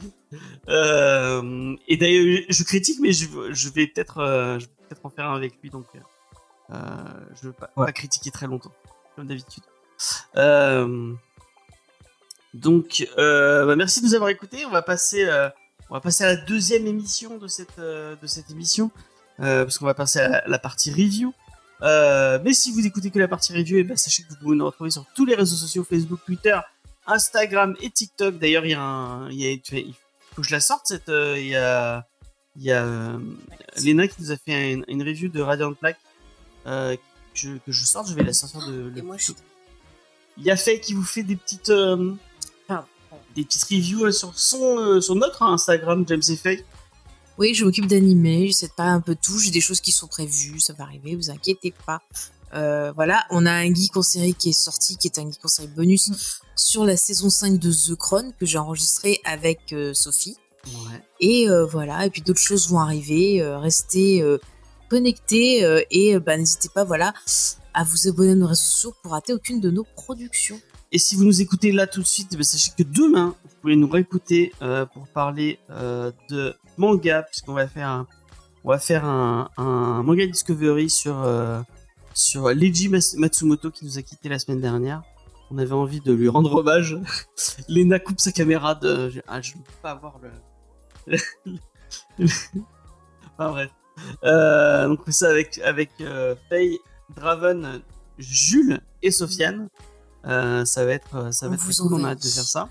Et d'ailleurs, je critique, mais je vais peut-être en faire un avec lui, donc je veux pas critiquer très longtemps, comme d'habitude. Donc, merci de nous avoir écoutés. On va passer à la deuxième émission de cette émission, parce qu'on va passer à la partie review. Mais si vous écoutez que la partie review, sachez que vous pouvez nous retrouver sur tous les réseaux sociaux, Facebook, Twitter, Instagram et TikTok. D'ailleurs, il faut que je la sorte. Il y a Léna qui nous a fait une review de Radiant Black que je sorte. Je vais la sortir Et moi, je... Il y a Faye qui vous fait des petites reviews sur notre Instagram, James et Faye. Oui, je m'occupe d'animer, j'essaie de parler un peu de tout, j'ai des choses qui sont prévues, ça va arriver, vous inquiétez pas. Voilà, on a un geek en série qui est sorti, qui est un geek en série bonus sur la saison 5 de The Crown que j'ai enregistré avec Sophie. Ouais. Et voilà, et puis d'autres choses vont arriver, restez connectés et n'hésitez pas à vous abonner à nos réseaux sociaux pour rater aucune de nos productions. Et si vous nous écoutez là tout de suite, sachez que demain, vous pouvez nous réécouter pour parler de manga, puisqu'on va faire on va faire un manga Discovery sur Leiji Matsumoto qui nous a quitté la semaine dernière. On avait envie de lui rendre hommage. Lena coupe sa caméra je ne peux pas avoir enfin bref. Donc on fait ça avec Faye, Draven, Jules et Sofiane. Ça va être très cool, on a hâte de faire ça.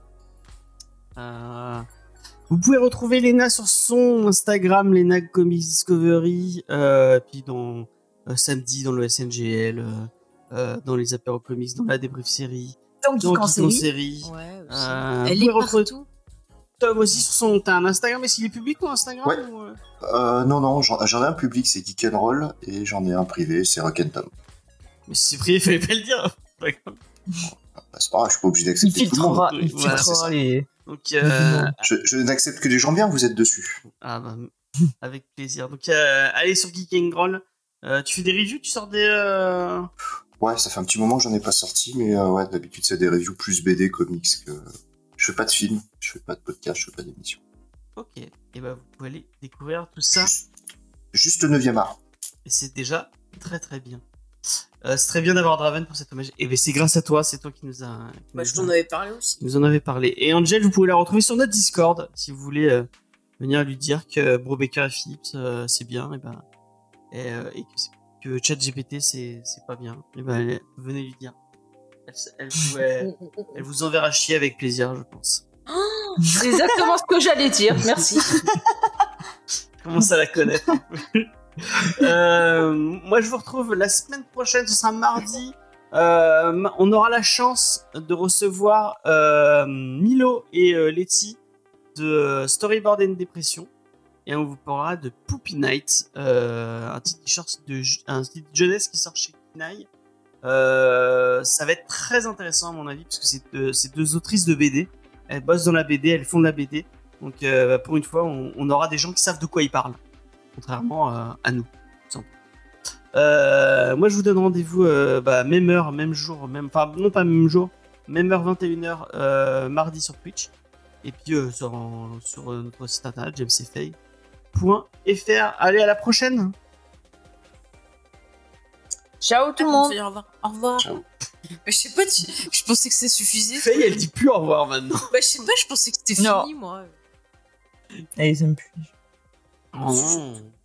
Vous pouvez retrouver Lena sur son Instagram, Lena Comics Discovery, puis samedi dans le SNGL, dans les apéros comics, dans la débrief série, Donc, dans en Geek en série. série. Ouais, aussi. Vous Elle pouvez est retrouver partout. Tom aussi sur son. T'as un Instagram, est-ce qu'il est public ton Instagram Ouais. ou... Non, j'en ai un public, c'est Geek and Roll, et j'en ai un privé, c'est Rock and Tom. Mais si c'est privé, fallait pas le dire. Pas grave. Bah, c'est pas grave, je suis pas obligé Il d'accepter tout le monde. filtrera, Voilà, c'est ça. les. Donc, Je n'accepte que les gens bien, vous êtes dessus. ah bah, avec plaisir. Donc, allez sur Geek and Roll. Tu fais des reviews, tu sors des. Ouais, ça fait un petit moment que j'en ai pas sorti, mais ouais, d'habitude c'est des reviews plus BD, comics que... Je fais pas de film, je fais pas de podcast, je fais pas d'émission. Ok. Et bah, vous pouvez aller découvrir tout ça. Juste le 9e art. Et c'est déjà très très bien. C'est très bien d'avoir Draven pour cet hommage. Et ben c'est grâce à toi, c'est toi qui nous a. Bah, je t'en avais parlé aussi. Nous en avait parlé. Et Angel, vous pouvez la retrouver sur notre Discord si vous voulez venir lui dire que Brubaker et Phillips c'est bien, et que ChatGPT c'est pas bien. Et ben venez lui dire. Elle vous enverra chier avec plaisir, je pense. C'est exactement ce que j'allais dire, merci. Je commence à la connaître. Moi, je vous retrouve la semaine prochaine. Ce sera mardi. On aura la chance de recevoir Milo et Letty de Storyboard and Dépression, et on vous parlera de Poopy Night, un petit t-shirt un petit jeunesse qui sort chez Kinaï. Ça va être très intéressant à mon avis parce que c'est deux autrices de BD. Elles bossent dans la BD, elles font de la BD. Donc pour une fois, on aura des gens qui savent de quoi ils parlent, contrairement à nous. Moi, je vous donne rendez-vous même heure, même jour, enfin non pas même jour, même heure 21h mardi sur Twitch, et puis sur notre site internet jamesfay.fr. Allez, à la prochaine. Ciao tout le monde. Au revoir. Au revoir. Ciao. Mais je sais pas, je pensais que ça suffisait. Faye, elle dit plus au revoir maintenant. Bah, je sais pas, je pensais que c'était Non. fini, moi. Allez, ça me pue. Oh.